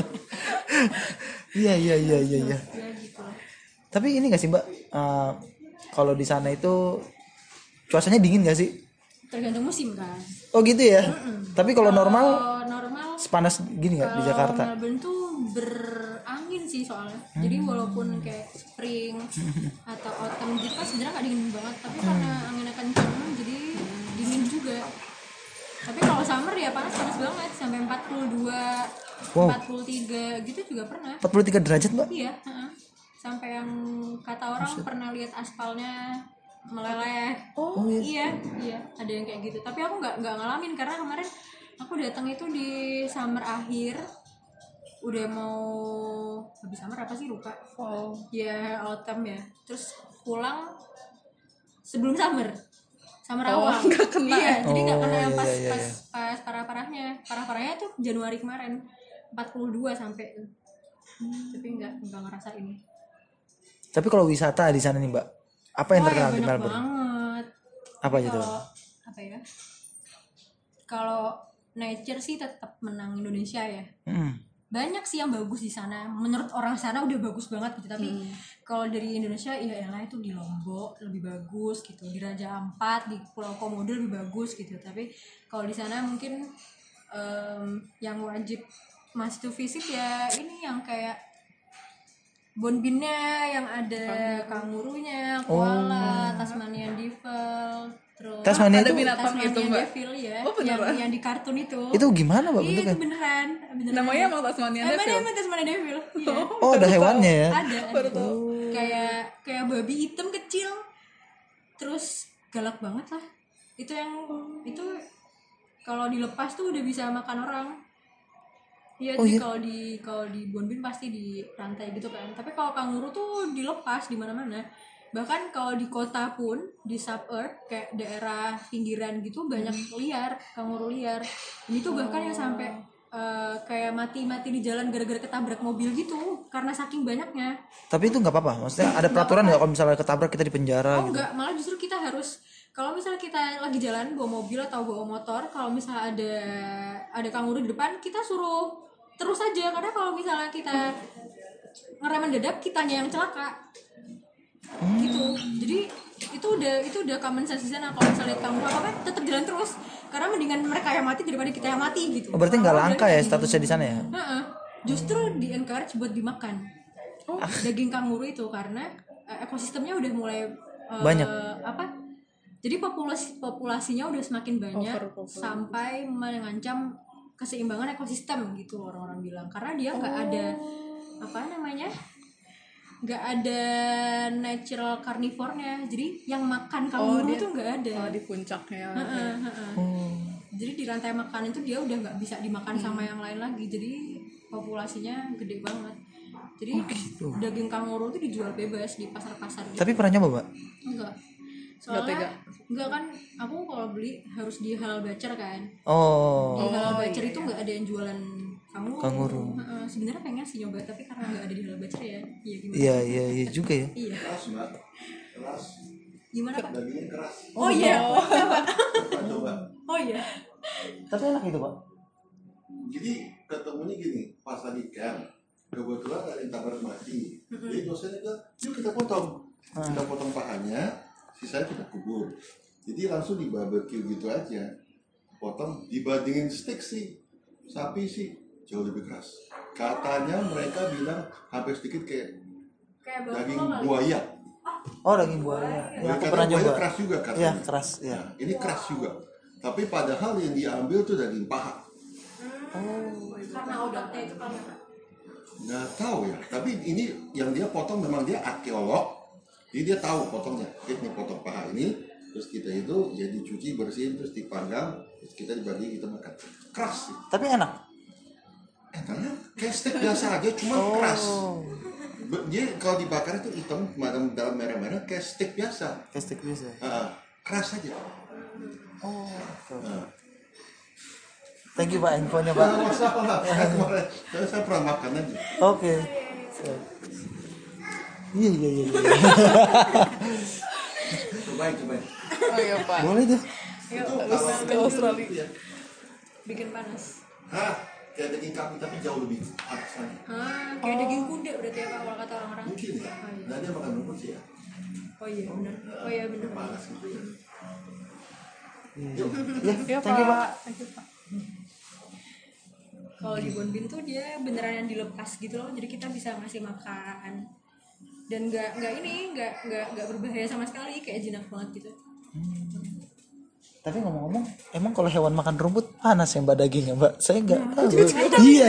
Iya. Ya gitu. Tapi ini gak sih Mbak? Kalau di sana itu cuacanya dingin gak sih? Tergantung musim kan. Oh gitu ya. Tapi kalau normal Normal sepanas gini nggak di Jakarta? Melbourne tuh berangin sih soalnya. Jadi walaupun kayak spring atau autumn gitu kan sebenarnya nggak dingin banget, tapi karena anginnya kencang jadi dingin juga. Tapi kalau summer ya panas banget sampai 42, Wow. 43 gitu juga pernah. 43 derajat mbak? Iya, heeh. Sampai yang kata orang pernah lihat aspalnya meleleh. Oh, Iya, ada yang kayak gitu. Tapi aku nggak ngalamin karena kemarin aku datang itu di summer akhir, udah mau habis summer apa sih lupa. Wow. Ya autumn ya. Terus pulang sebelum summer Oh, awal. nggak kena. Iya, jadi nggak kena Oh, yang pas iya, iya, pas parah-parahnya tuh Januari kemarin 42 sampai tuh. Tapi nggak ngerasain. Tapi kalau wisata di sana nih mbak, apa yang Wah, terkenal di banyak Melbourne? banget. Apa aja tuh? Kalau apa ya? Kalau nature sih tetap menang Indonesia ya. Banyak sih yang bagus di sana. Menurut orang sana udah bagus banget gitu. Tapi kalau dari Indonesia ya elah itu di Lombok lebih bagus gitu. Di Raja Ampat, di Pulau Komodo lebih bagus gitu. Tapi kalau di sana mungkin yang wajib must to visit ya ini yang kayak Bonbinnya yang ada kangurunya, koala, Tasmanian Devil, terus Tasmania ada itu binatang itu, Mbak? Devil ya, Oh, beneran? yang di kartun itu. itu gimana mbak Iya, bentuknya? itu beneran. Namanya emang Tasmanian Devil. Emang Tasmanian Devil. Iya. Oh ada hewannya ya? Ada. Baru tahu. Kayak babi hitam kecil. Terus galak banget lah. Itu kalau dilepas tuh udah bisa makan orang. Iya, jadi kalau di Bonbin pasti di rantai gitu kan. Tapi kalau kanguru tuh dilepas di mana-mana. Bahkan kalau di kota pun di suburb kayak daerah pinggiran gitu banyak kanguru liar. Ini tuh bahkan yang sampai kayak mati-mati di jalan gara-gara ketabrak mobil gitu karena saking banyaknya. Tapi itu nggak apa-apa, maksudnya ada peraturan nggak kalau misalnya ketabrak kita di penjara Oh gitu? enggak, malah justru kita harus kalau misalnya kita lagi jalan bawa mobil atau bawa motor, kalau misalnya ada kanguru di depan, kita suruh terus aja karena kalau misalnya kita ngerem mendadak kitanya yang celaka. Gitu. Jadi itu udah common sense di sana kalau misalnya lihat kanguru apa tetap jalan terus karena mendingan mereka yang mati daripada kita yang mati gitu. Oh, berarti nggak Kalau langka dari ya tadi- statusnya di sana ya? Heeh. Justru di encourage buat dimakan. Daging kanguru itu karena ekosistemnya udah mulai Banyak. Jadi populasinya udah semakin banyak Overpopulasi. sampai mengancam keseimbangan ekosistem gitu orang-orang bilang karena dia nggak ada nggak ada natural carnivore-nya. Jadi yang makan kanguru tuh nggak ada. Oh, di puncaknya. Jadi di rantai makanan itu dia udah nggak bisa dimakan sama yang lain lagi. Jadi populasinya gede banget. Jadi daging kanguru itu dijual bebas di pasar-pasar gitu. Tapi pernah nyoba mbak? Enggak. Nggak tega. Enggak kan aku kalau beli harus di halal bacer kan. Oh, Di halal bacer itu nggak ada yang jualan kanguru. Kanguru. Sebenarnya pengen sih nyoba tapi karena nggak ada di halal bacer ya. Iya gimana? iya juga ya. Iya. Keras mbak, keras, Gimana Pak? dagingnya keras. Oh iya. Coba. Oh iya. Tapi enak itu pak. Jadi ketemunya gini, pas lagi camp, kebetulan ada yang tabrak mati. Jadi dosennya bilang, yuk kita potong. Kita potong pahanya, sisanya kita kubur. Jadi langsung di barbecue gitu aja. Potong, dibandingin steak sih, sapi sih jauh lebih keras. Katanya mereka bilang hampir sedikit kayak daging buaya. Oh daging buaya. Ya, aku Karena pernah buaya nyoba. keras juga katanya. Iya keras. Iya. Nah, ini keras juga. Tapi padahal yang diambil tuh daging paha. Karena obatnya itu kan. Nggak tahu ya. Tapi ini yang dia potong memang dia arkeolog. Jadi dia tahu potongnya. Ini potong paha ini. Terus kita itu ya dicuci bersihin terus dipanggang. Terus kita dibagi kita makan. Keras sih. Tapi enak. Enak. Kayak steak biasa aja cuma keras. Dia kalau dibakar itu hitam dalam merah-merah kayak steak biasa. Kayak steak biasa. Keras aja. Oh. oke. Nah. Thank you pak infonya pak. Nggak masalah. Kemarin saya pernah makan aja. Oke. Iya. Cobain. Oh iya, Pak. Boleh tuh. Yuk, Harus ke Australia. Iya. bikin panas. Hah? Kayak daging kambing tapi jauh lebih panas lagi. Kayak daging kuda berarti ya Pak kalau kata orang-orang. Mungkin ya. Nah dia makan rumput sih ya. Oh iya benar. Oh iya benar. Panas gitu ya. Iya, Thank you pak. Kalau di Bonbin tuh dia beneran yang dilepas gitu loh, jadi kita bisa ngasih makan dan nggak berbahaya sama sekali, kayak jinak banget gitu. Tapi ngomong-ngomong, emang kalau hewan makan rumput panas ya Mbak dagingnya Mbak? Saya nggak tahu. Iya.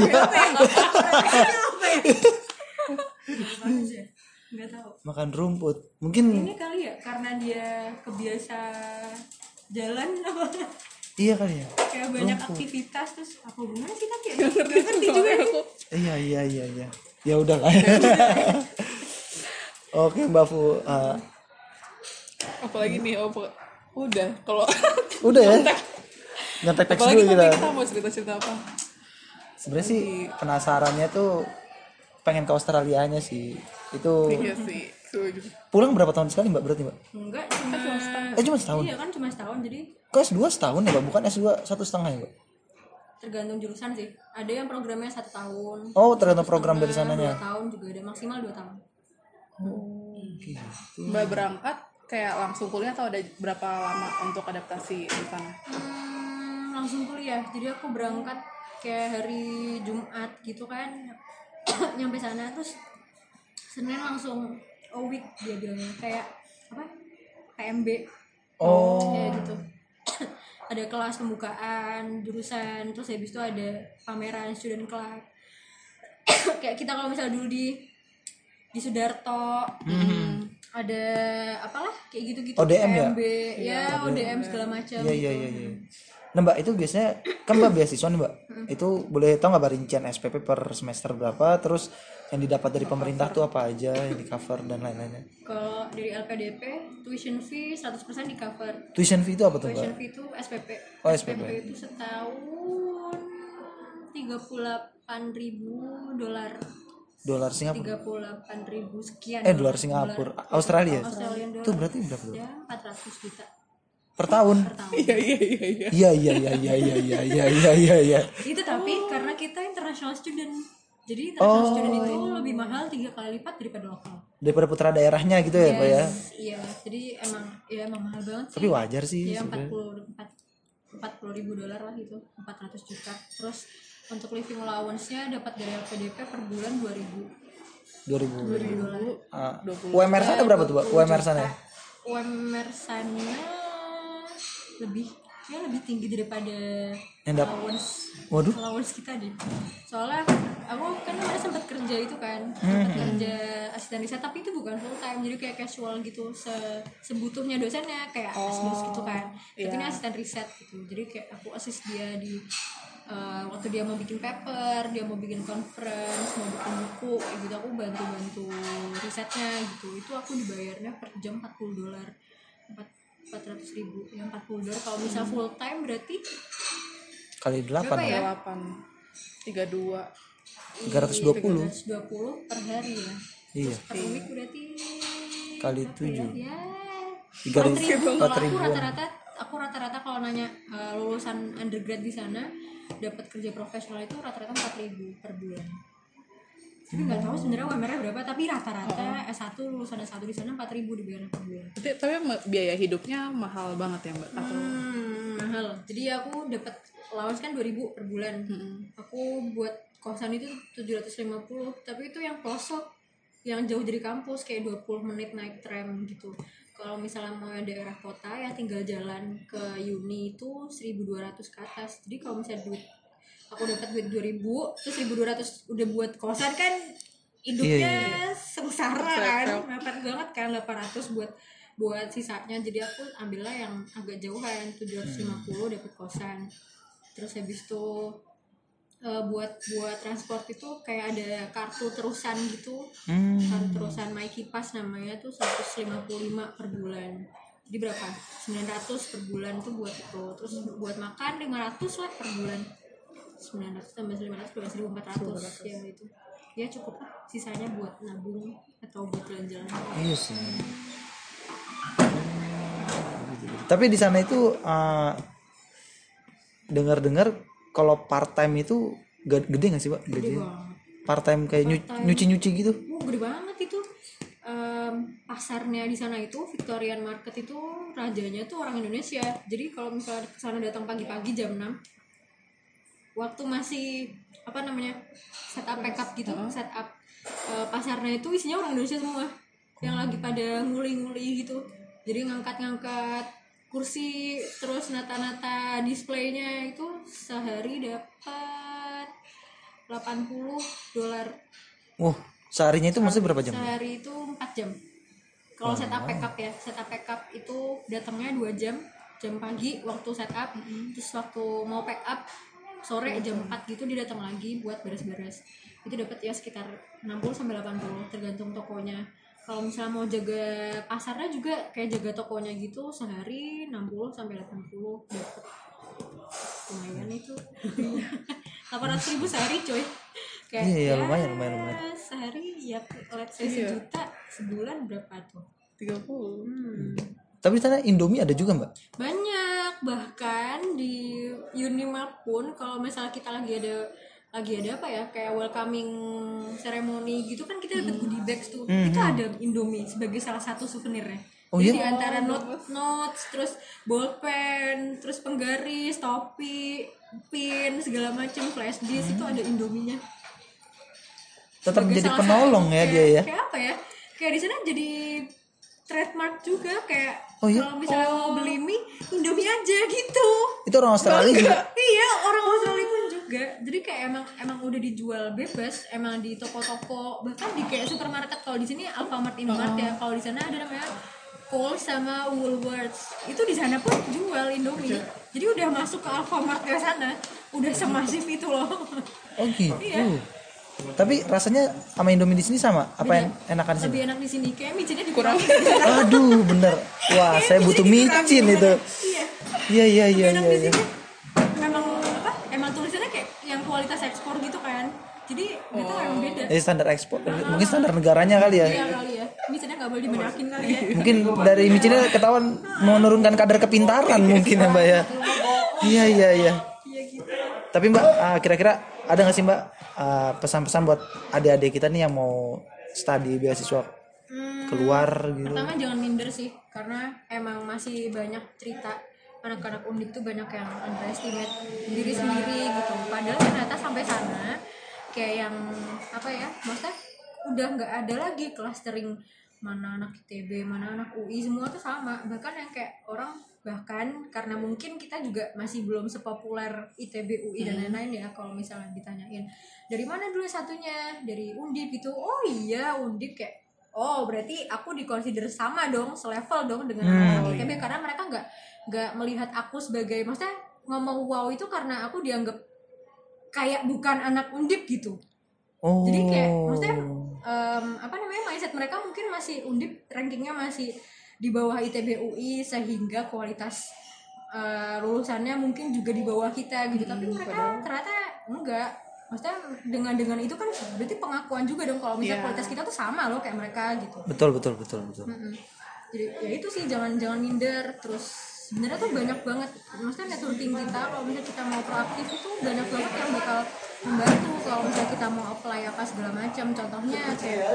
Bagus ya, nggak tahu. Makan rumput. Mungkin Ini kali ya karena dia kebiasa jalan apa iya kali ya. kayak banyak aktivitas, terus apa hubungannya sih tapi ya nggak ngerti juga nih. Iya. Ya udah lah. Oke Mbak Fu. Apalagi nih, udah kalau Udah ya. Nyantek teks apalagi dulu tapi kita. kita mau cerita-cerita apa? Sebenarnya sih penasarannya tuh pengen ke Australianya sih. Itu Iya sih. pulang berapa tahun sekali Mbak berarti Mbak? Enggak, cuma Cuma setahun. iya kan cuma setahun, jadi Kok S2 setahun ya Mbak? Bukan S2 1,5 ya Mbak? tergantung jurusan sih. Ada yang programnya 1 tahun, Oh tergantung program dari 2 sananya. tahun juga ada, maksimal 2 tahun. Oke. Mbak berangkat kayak langsung kuliah atau ada berapa lama untuk adaptasi di sana? Langsung kuliah, jadi aku berangkat kayak hari Jumat gitu kan. Nyampe sana terus Senin langsung a week dia bilangnya, kayak apa, PMB kayak gitu. Ada kelas pembukaan jurusan, terus habis itu ada pameran student club. Kayak kita kalau misalnya dulu di Sudarto ada apalah kayak gitu-gitu, ODM ya? PMB ya, ODM segala macam. Iya. Nah Mbak itu biasanya kan Mbak beasiswa nih Mbak. Itu boleh tahu nggak Mbak rincian SPP per semester berapa? Terus yang didapat dari pemerintah tuh apa aja yang di cover dan lain-lainnya? Kalau dari LPDP tuition fee 100% di cover. Tuition fee itu apa tuh Mbak? Tuition fee itu SPP. Oh, SPP. itu setahun $38.000. Dolar Singapura. 38.000 sekian. Dolar Singapura. Australia. Australian dollar. Itu berarti berapa tuh? Ya 400 juta Per tahun? per tahun. Iya. Iya. Itu tapi karena kita international student. Jadi international student itu lebih mahal 3 kali lipat daripada lokal. Daripada putra daerahnya gitu ya Pak ya? Iya, jadi emang mahal banget sih. Tapi wajar sih Ya sebenarnya. $40.000 lah itu, 400 juta. Terus untuk living allowance-nya dapat dari LPDP per bulan 2000. UMR sana berapa tuh Pak? UMR sana ya? UMR sana lebih tinggi daripada Yang allowance. Waduh. Allowance kita deh. Soalnya aku kan kemarin sempat kerja itu kan, sempat kerja asisten riset, tapi itu bukan full time, jadi kayak casual gitu, sebutuhnya dosennya kayak asdos gitu kan. Itu ini asisten riset gitu. Jadi kayak aku assist dia di waktu dia mau bikin paper, dia mau bikin conference, mau bikin buku kayak gitu, aku bantu risetnya gitu. Itu aku dibayarnya per jam $40, 400.000 ya, $40. Kalau misal full time berarti Kali 8 berapa ya? 32. 320. 320 per hari ya. Iya. Per week berarti Kali berapa 7. ya? 3.000. Kalau aku rata-rata kalau nanya lulusan undergrad di sana dapat kerja profesional itu rata-rata 4.000 per bulan. Tapi nggak tahu sebenarnya UMR-nya berapa, tapi rata-rata S1 lulusan S1 di sana 4.000 dibayar per bulan. Tapi biaya hidupnya mahal banget ya Mbak? Atau Mahal. Jadi aku dapat allowance kan 2.000 per bulan. Aku buat kosan itu 750, tapi itu yang pelosok, yang jauh dari kampus, kayak 20 menit naik tram gitu. Kalau misalnya mau daerah kota ya tinggal jalan ke uni itu 1.200 ke atas. Jadi kalau misalnya aku dapat duit 2.000 terus 1.200 udah buat kosan kan hidupnya sengsara kan, mepet banget kan, 800 buat sisanya. Jadi aku ambillah yang agak jauhan, 750 dapat kosan. Terus habis itu buat transport itu kayak ada kartu terusan gitu, kartu terusan MyKipas namanya tuh 155 per bulan. Jadi berapa? 900 per bulan tuh buat itu. Terus buat makan 500 lah per bulan. 900 tambah 500 1.400 ya itu. Ya cukup lah, sisanya buat nabung atau buat jalan-jalan. Iya sih. Tapi di sana itu dengar-dengar kalau part time itu gede nggak sih Pak? Gede. Part time kayak nyuci-nyuci gitu? Gede banget itu. Pasarnya di sana itu Victorian Market itu rajanya tuh orang Indonesia. Jadi kalau misalnya ke sana datang pagi-pagi jam 6, waktu masih setup pack up gitu, setup pasarnya itu isinya orang Indonesia semua yang lagi pada nguli-nguli gitu. Jadi ngangkat kursi, terus nata-nata displaynya itu sehari dapat $80. Seharinya itu maksudnya berapa jam? Sehari itu 4 jam. Kalau setup backup ya, setup backup itu datangnya 2 jam, jam pagi waktu setup, terus waktu mau backup sore jam 4 gitu dia datang lagi buat beres-beres. Itu dapat ya sekitar 60 sampai 80 tergantung tokonya. Kalau misalnya mau jaga pasarnya juga kayak jaga tokonya gitu, sehari 60 sampai 80 dapat. Lumayan itu. 800.000 sehari coy. Kayak Iya, lumayan. Sehari ya let's say 1 juta, sebulan berapa tuh? 30. Tapi di sana Indomie ada juga Mbak? Banyak, bahkan di Unimart pun kalau misalnya kita lagi ada apa ya, kayak welcoming ceremony gitu kan, kita dapat goodie bags tuh. Itu ada Indomie sebagai salah satu souvenirnya. Jadi di antara notes, terus bolpen, terus penggaris, topi, pin, segala macam, flash disk itu ada Indominya. Tetap Sebagai menjadi salah penolong satu, ya kayak, dia ya. Kayak apa ya? Kayak di sana jadi trademark juga, kayak iya? kalau misalnya mau beli mie, Indomie aja gitu. Itu orang Australia juga. Iya, orang Australia pun juga. Jadi kayak emang udah dijual bebas, emang di toko-toko, bahkan di kayak supermarket. Kalau di sini Alfamart, Indomart ya. Kalau di sana ada namanya Coles sama Woolworths. Itu di sana pun jual Indomie. Jadi udah masuk ke Alfamart ke sana, udah semasif itu loh. Oh gitu. Iya. Tapi rasanya sama Indomie di sini sama? Apa yang enakan di sini? Lebih enak di sini, kayak micinnya dikurangin. Aduh, bener. Wah, saya butuh micin itu. Iya. Iya. Enak di sini. Emang tulisannya kayak yang kualitas ekspor gitu kan. Jadi itu emang beda. Standar ekspor. Mungkin standar negaranya kali ya. Iya kali ya. Micinnya nggak boleh dibedakin kali ya. Mungkin dari micinnya ketahuan menurunkan kadar kepintaran mungkin ya Mbak ya. Iya. Iya gitu. Tapi Mbak, kira-kira ada nggak sih Mbak pesan-pesan buat adik-adik kita nih yang mau studi beasiswa keluar gitu? Pertama jangan minder sih, karena emang masih banyak cerita anak-anak Undip tuh banyak yang underestimate diri sendiri gitu. Padahal ternyata sampai sana kayak yang apa ya, maksudnya udah nggak ada lagi clustering mana anak ITB, mana anak UI, semua tuh sama. Bahkan yang kayak orang, bahkan karena mungkin kita juga masih belum sepopuler ITB, UI dan lain-lain ya. Kalau misalnya ditanyain dari mana dulu satunya, dari Undip gitu. Oh iya Undip, kayak oh berarti aku dikonsider sama dong, selevel dong dengan anak ITB, karena mereka nggak melihat aku sebagai, maksudnya ngomong wow itu karena aku dianggap kayak bukan anak Undip gitu. Jadi kayak maksudnya mindset mereka mungkin masih Undip rankingnya masih di bawah ITB, UI, sehingga kualitas lulusannya mungkin juga di bawah kita gitu. Tapi mereka ternyata enggak. Maksudnya dengan itu kan berarti pengakuan juga dong kalau misalnya kualitas kita tuh sama loh kayak mereka gitu. Betul. Jadi ya itu sih, jangan minder. Terus sebenarnya tuh banyak banget, maksudnya networking kita kalau misalnya kita mau proaktif itu banyak banget yang bakal membantu kalau misalnya kita mau apply apa segala macam. Contohnya kayak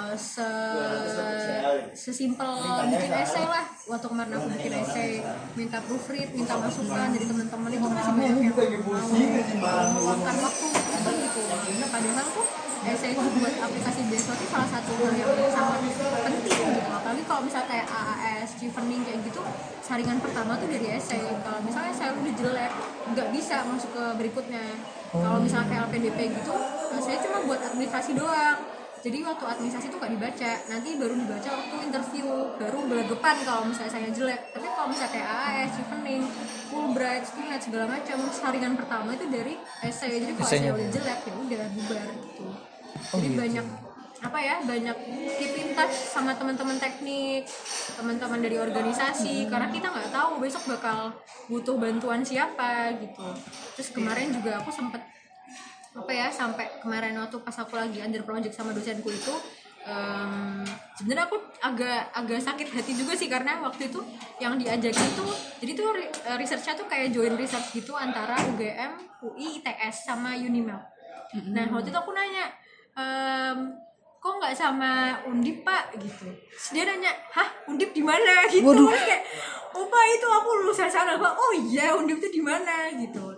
sesimpel bikin essay lah. Waktu kemarin aku bikin essay, minta proofread, minta masukan dari teman-teman, itu masih banyak yang mau meluangkan waktu gitu. Nah, padahal tuh essay itu buat aplikasi beasiswa itu salah satu hal yang sangat penting gitu. Apalagi kalau misalnya kayak AAS, chevening kayak gitu, saringan pertama tuh dari essay. Kalau misalnya saya udah jelek, nggak bisa masuk ke berikutnya. Kalau misalnya kayak LPDP gitu, saya cuma buat administrasi doang. Jadi waktu administrasi tuh nggak dibaca, nanti baru dibaca waktu interview, baru berdepan kalau misalnya saya jelek. Tapi kalau misalnya kayak AAS, chevening, Fulbright, Stilet, segala macam, saringan pertama itu dari essay. Jadi kalau saya udah jelek ya udah bubar gitu. Jadi banyak banyak keep in touch sama teman-teman teknik, teman-teman dari organisasi, karena kita nggak tahu besok bakal butuh bantuan siapa gitu. Terus kemarin juga aku sempet sampai kemarin waktu pas aku lagi under project sama dosenku itu, sebenarnya aku agak sakit hati juga sih, karena waktu itu yang diajakin tuh jadi tuh researchnya tuh kayak joint research gitu antara UGM, UI, ITS sama Unimel. Nah waktu itu aku nanya, kok nggak sama Undip Pak gitu. Terus dia nanya, hah Undip di mana gitu. Terus kayak, opa itu aku lulusan sana Pak. Oh iya Undip itu di mana gitu. Terus kayak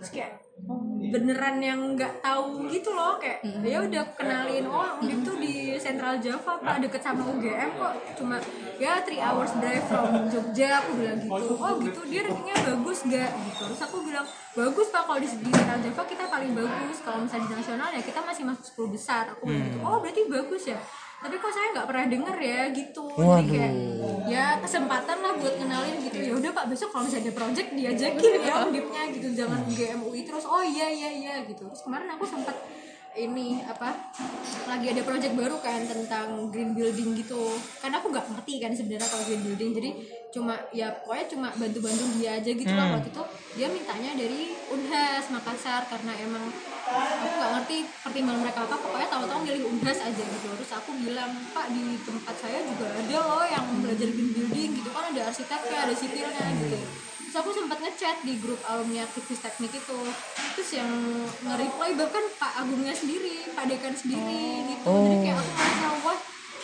beneran yang nggak tahu gitu loh, kayak ya udah kenalin, oh Undip tuh di Central Java Pak, deket sama UGM kok, cuma ya 3 hours drive from Jogja. Aku bilang gitu. Oh gitu, dia rankingnya bagus gak gitu. Terus aku bilang bagus Pak, kalau di Central Java kita paling bagus, kalau misalnya di nasional ya kita masih masuk 10 besar. Aku bilang gitu. Oh berarti bagus ya, tapi kok saya nggak pernah denger ya gitu. Jadi kayak ya kesempatan lah buat kenalin gitu. Ya udah Pak, besok kalau misalnya ada project diajakin ya Undipnya gitu, jangan GMUI terus. Oh iya gitu. Terus kemarin aku sempat ini apa, lagi ada project baru kan tentang green building gitu, karena aku nggak ngerti kan sebenarnya kalau green building, jadi cuma ya pokoknya cuma bantu dia aja gitu lah. Waktu itu dia mintanya dari Unhas Makassar, karena emang aku nggak ngerti pertimbangan mereka apa, pokoknya tahu-tahu milih Unhas aja gitu. Terus aku bilang, Pak di tempat saya juga ada loh yang belajar green building gitu kan, ada arsiteknya, ada sipilnya gitu. Terus aku sempat ngechat di grup alumni aktivis teknik itu, terus yang nge-reply bahkan Pak Agungnya sendiri, Pak Dekan sendiri gitu. Jadi kayak aku merasa wah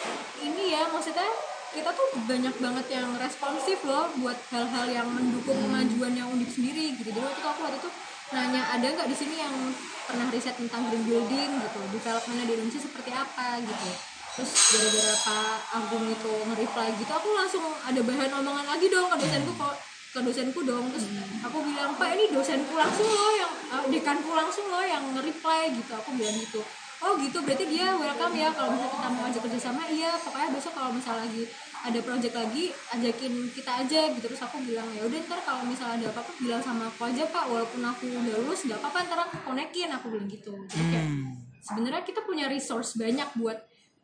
ini ya, maksudnya kita tuh banyak banget yang responsif loh buat hal-hal yang mendukung kemajuannya Undip sendiri gitu. Jadi waktu itu nanya ada nggak di sini yang pernah riset tentang green building gitu, developmentnya di Indonesia seperti apa gitu. Terus gara-gara Pak Agung itu nge-reply gitu, aku langsung ada bahan omongan lagi dong ke dosenku dong. Terus aku bilang, Pak ini dosenku langsung loh yang dekanku langsung loh yang nge-reply gitu. Aku bilang gitu. Oh gitu, berarti dia welcome ya kalau misalnya kita mau ajak kerjasama. Iya, pokoknya besok kalau misalnya lagi ada project lagi ajakin kita aja gitu. Terus aku bilang ya udah, ntar kalau misalnya ada apa-apa bilang sama aku aja Pak, walaupun aku udah lulus nggak apa-apa, ntar aku konekin, aku bilang gitu. Jadi kayak sebenarnya kita punya resource banyak buat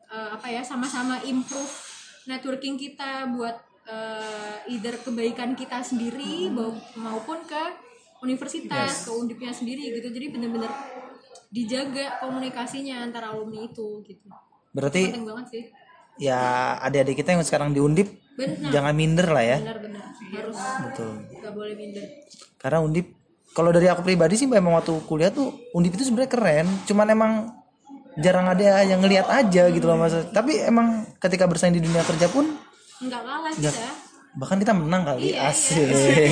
sama-sama improve networking kita, buat either kebaikan kita sendiri maupun ke universitas, ke Undipnya sendiri gitu. Jadi bener-bener dijaga komunikasinya antara alumni itu gitu. Berarti penting banget sih. Ya adik-adik kita yang sekarang di Undip jangan minder lah ya. Benar harus, betul, nggak boleh minder. Karena Undip, kalau dari aku pribadi sih memang waktu kuliah tuh Undip itu sebenarnya keren, cuman emang jarang ada yang ngelihat aja gitu loh Mas. Tapi emang ketika bersaing di dunia kerja pun nggak kalah kita, bahkan kita menang kali. Asik.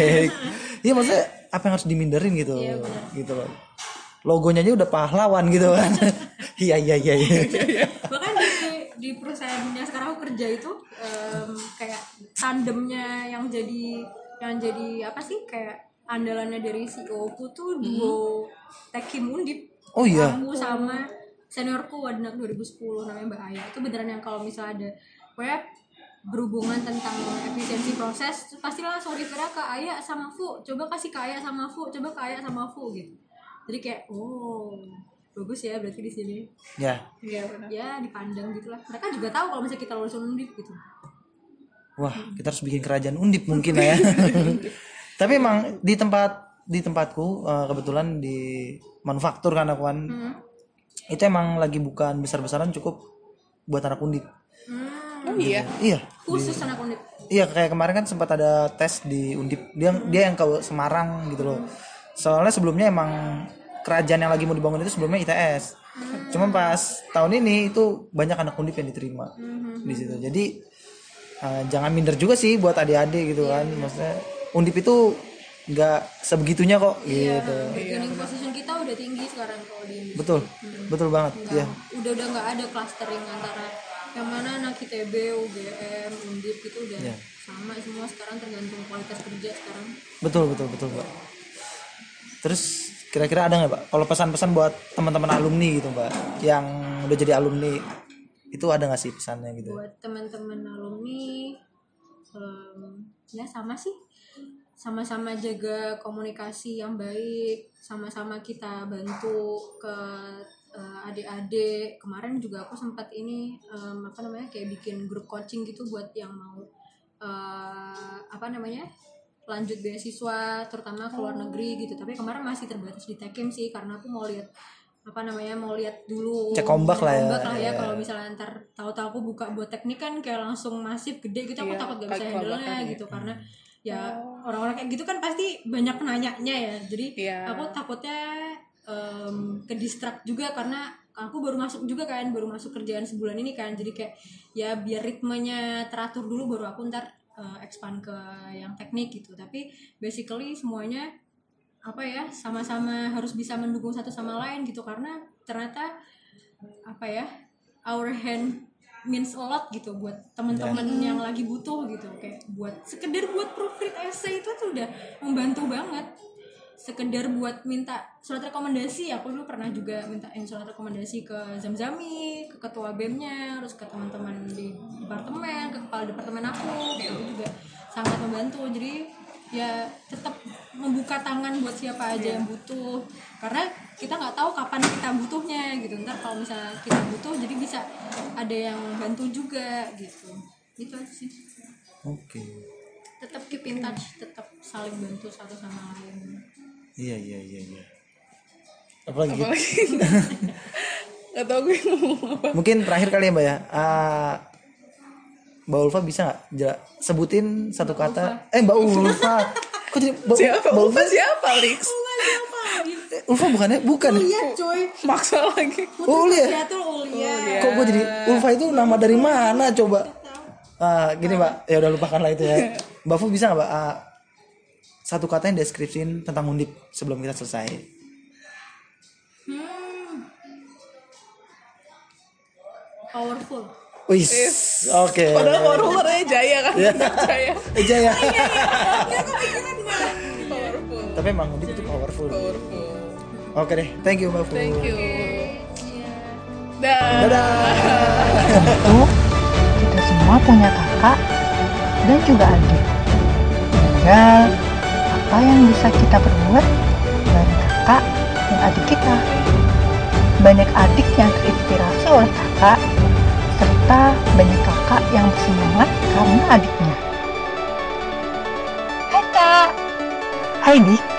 Iya maksudnya apa yang harus diminderin gitu. Iya, gitu loh. Logonya aja udah pahlawan gitu kan. Iya. Bahkan di perusahaan yang sekarang aku kerja itu kayak tandemnya yang jadi apa sih, kayak andalannya dari CEO ku tuh duo Tekim Undip. Oh iya. Aku sama seniorku Wadnak 2010 namanya Mbak Aya. Itu beneran yang kalau misalnya ada kayak berhubungan tentang efisiensi proses pasti langsung refer ke Aya sama Fu, coba kasih ke Aya sama Fu, coba ke Aya sama Fu gitu. Jadi kayak bagus ya berarti di sini. Ya. Ya dipandang gitulah. Mereka juga tahu kalau misalnya kita lulus Undip gitu. Wah, kita harus bikin kerajaan Undip mungkin lah ya. Tapi emang di tempatku kebetulan di manufaktur kan aku kan. Itu emang lagi bukan besar-besaran cukup buat anak Undip. Oh iya. Iya. Khusus anak Undip. Iya, kayak kemarin kan sempat ada tes di Undip. Dia yang ke Semarang gitu loh. Soalnya sebelumnya emang kerajaan yang lagi mau dibangun itu sebelumnya ITS. Cuma pas tahun ini itu banyak anak Undip yang diterima di situ. Jadi jangan minder juga sih buat adik-adik gitu kan. Maksudnya Undip itu nggak sebegitunya kok gitu. Bargaining position kita udah tinggi sekarang kalau di Indonesia. Betul banget. Iya. Udah nggak ada clustering antara yang mana anak ITB, UGM, Undip itu udah sama semua sekarang, tergantung kualitas kerja sekarang. Betul Mbak. Terus kira-kira ada nggak Pak kalau pesan-pesan buat teman-teman alumni gitu Mbak yang udah jadi alumni, itu ada nggak sih pesannya gitu? Buat teman-teman alumni ya sama sih, sama-sama jaga komunikasi yang baik, sama-sama kita bantu ke adik-adik. Kemarin juga aku sempat ini kayak bikin grup coaching gitu buat yang mau lanjut beasiswa terutama ke luar negeri gitu. Tapi kemarin masih terbatas di Tekim sih, karena aku mau lihat mau lihat dulu, cek ombak lah ya. Kalau misalnya ntar tahu-tahu aku buka buat teknik kan kayak langsung masif gede gitu, aku takut gak bisa handle-nya gitu. Karena ya orang-orang kayak gitu kan pasti banyak penanyanya ya. Jadi aku takutnya ke distract juga, karena aku baru masuk kerjaan sebulan ini kan. Jadi kayak ya biar ritmenya teratur dulu baru aku ntar expand ke yang teknik gitu. Tapi basically semuanya apa ya, sama-sama harus bisa mendukung satu sama lain gitu, karena ternyata apa ya, our hand means a lot gitu buat teman-teman yang lagi butuh gitu, kayak buat sekedar buat proofread essay itu tuh udah membantu banget. Sekedar buat minta surat rekomendasi, aku dulu pernah juga mintain surat rekomendasi ke Zamzami, ke ketua BEM-nya, terus ke teman-teman di departemen, ke kepala departemen aku, kayak itu juga sangat membantu. Jadi ya tetap membuka tangan buat siapa aja yang butuh, karena kita nggak tahu kapan kita butuhnya gitu. Ntar kalau misalnya kita butuh, jadi bisa ada yang bantu juga gitu. Itu aja sih. Oke. Tetap keep in touch, tetap saling bantu satu sama lain. Iya. Apalagi? Gak tau gue ngomong apa. Mungkin terakhir kali ya Mbak ya. Mbak Ulfa bisa nggak sebutin satu kata? Mbak Ulfa. Kok jadi Siapa? Mbak Ulfa siapa, Lix? Ulfa bukan? Iya coy. Maksa lagi. Ulia. Ya tuh Ulia. Kok gue jadi Ulfa itu nama dari mana coba? Gini Mbak, ya udah lupakanlah itu ya. Mbak Fu bisa nggak Mbak satu kata yang deskripsiin tentang Undip sebelum kita selesai? Powerful. Wih, oke. Padahal powerful katanya Jaya kan? Jaya. Jaya. Powerful. Tapi emang Undip itu powerful. Powerful. Oke deh, thank you Mbak Fu. Thank you. Iya. Dah. Itu kita semua punya kakak dan juga adik. Tinggal apa yang bisa kita perbuat dari kakak dan adik kita. Banyak adik yang terinspirasi oleh kakak, serta banyak kakak yang bersemangat karena adiknya. Hai Kak. Hai Dik.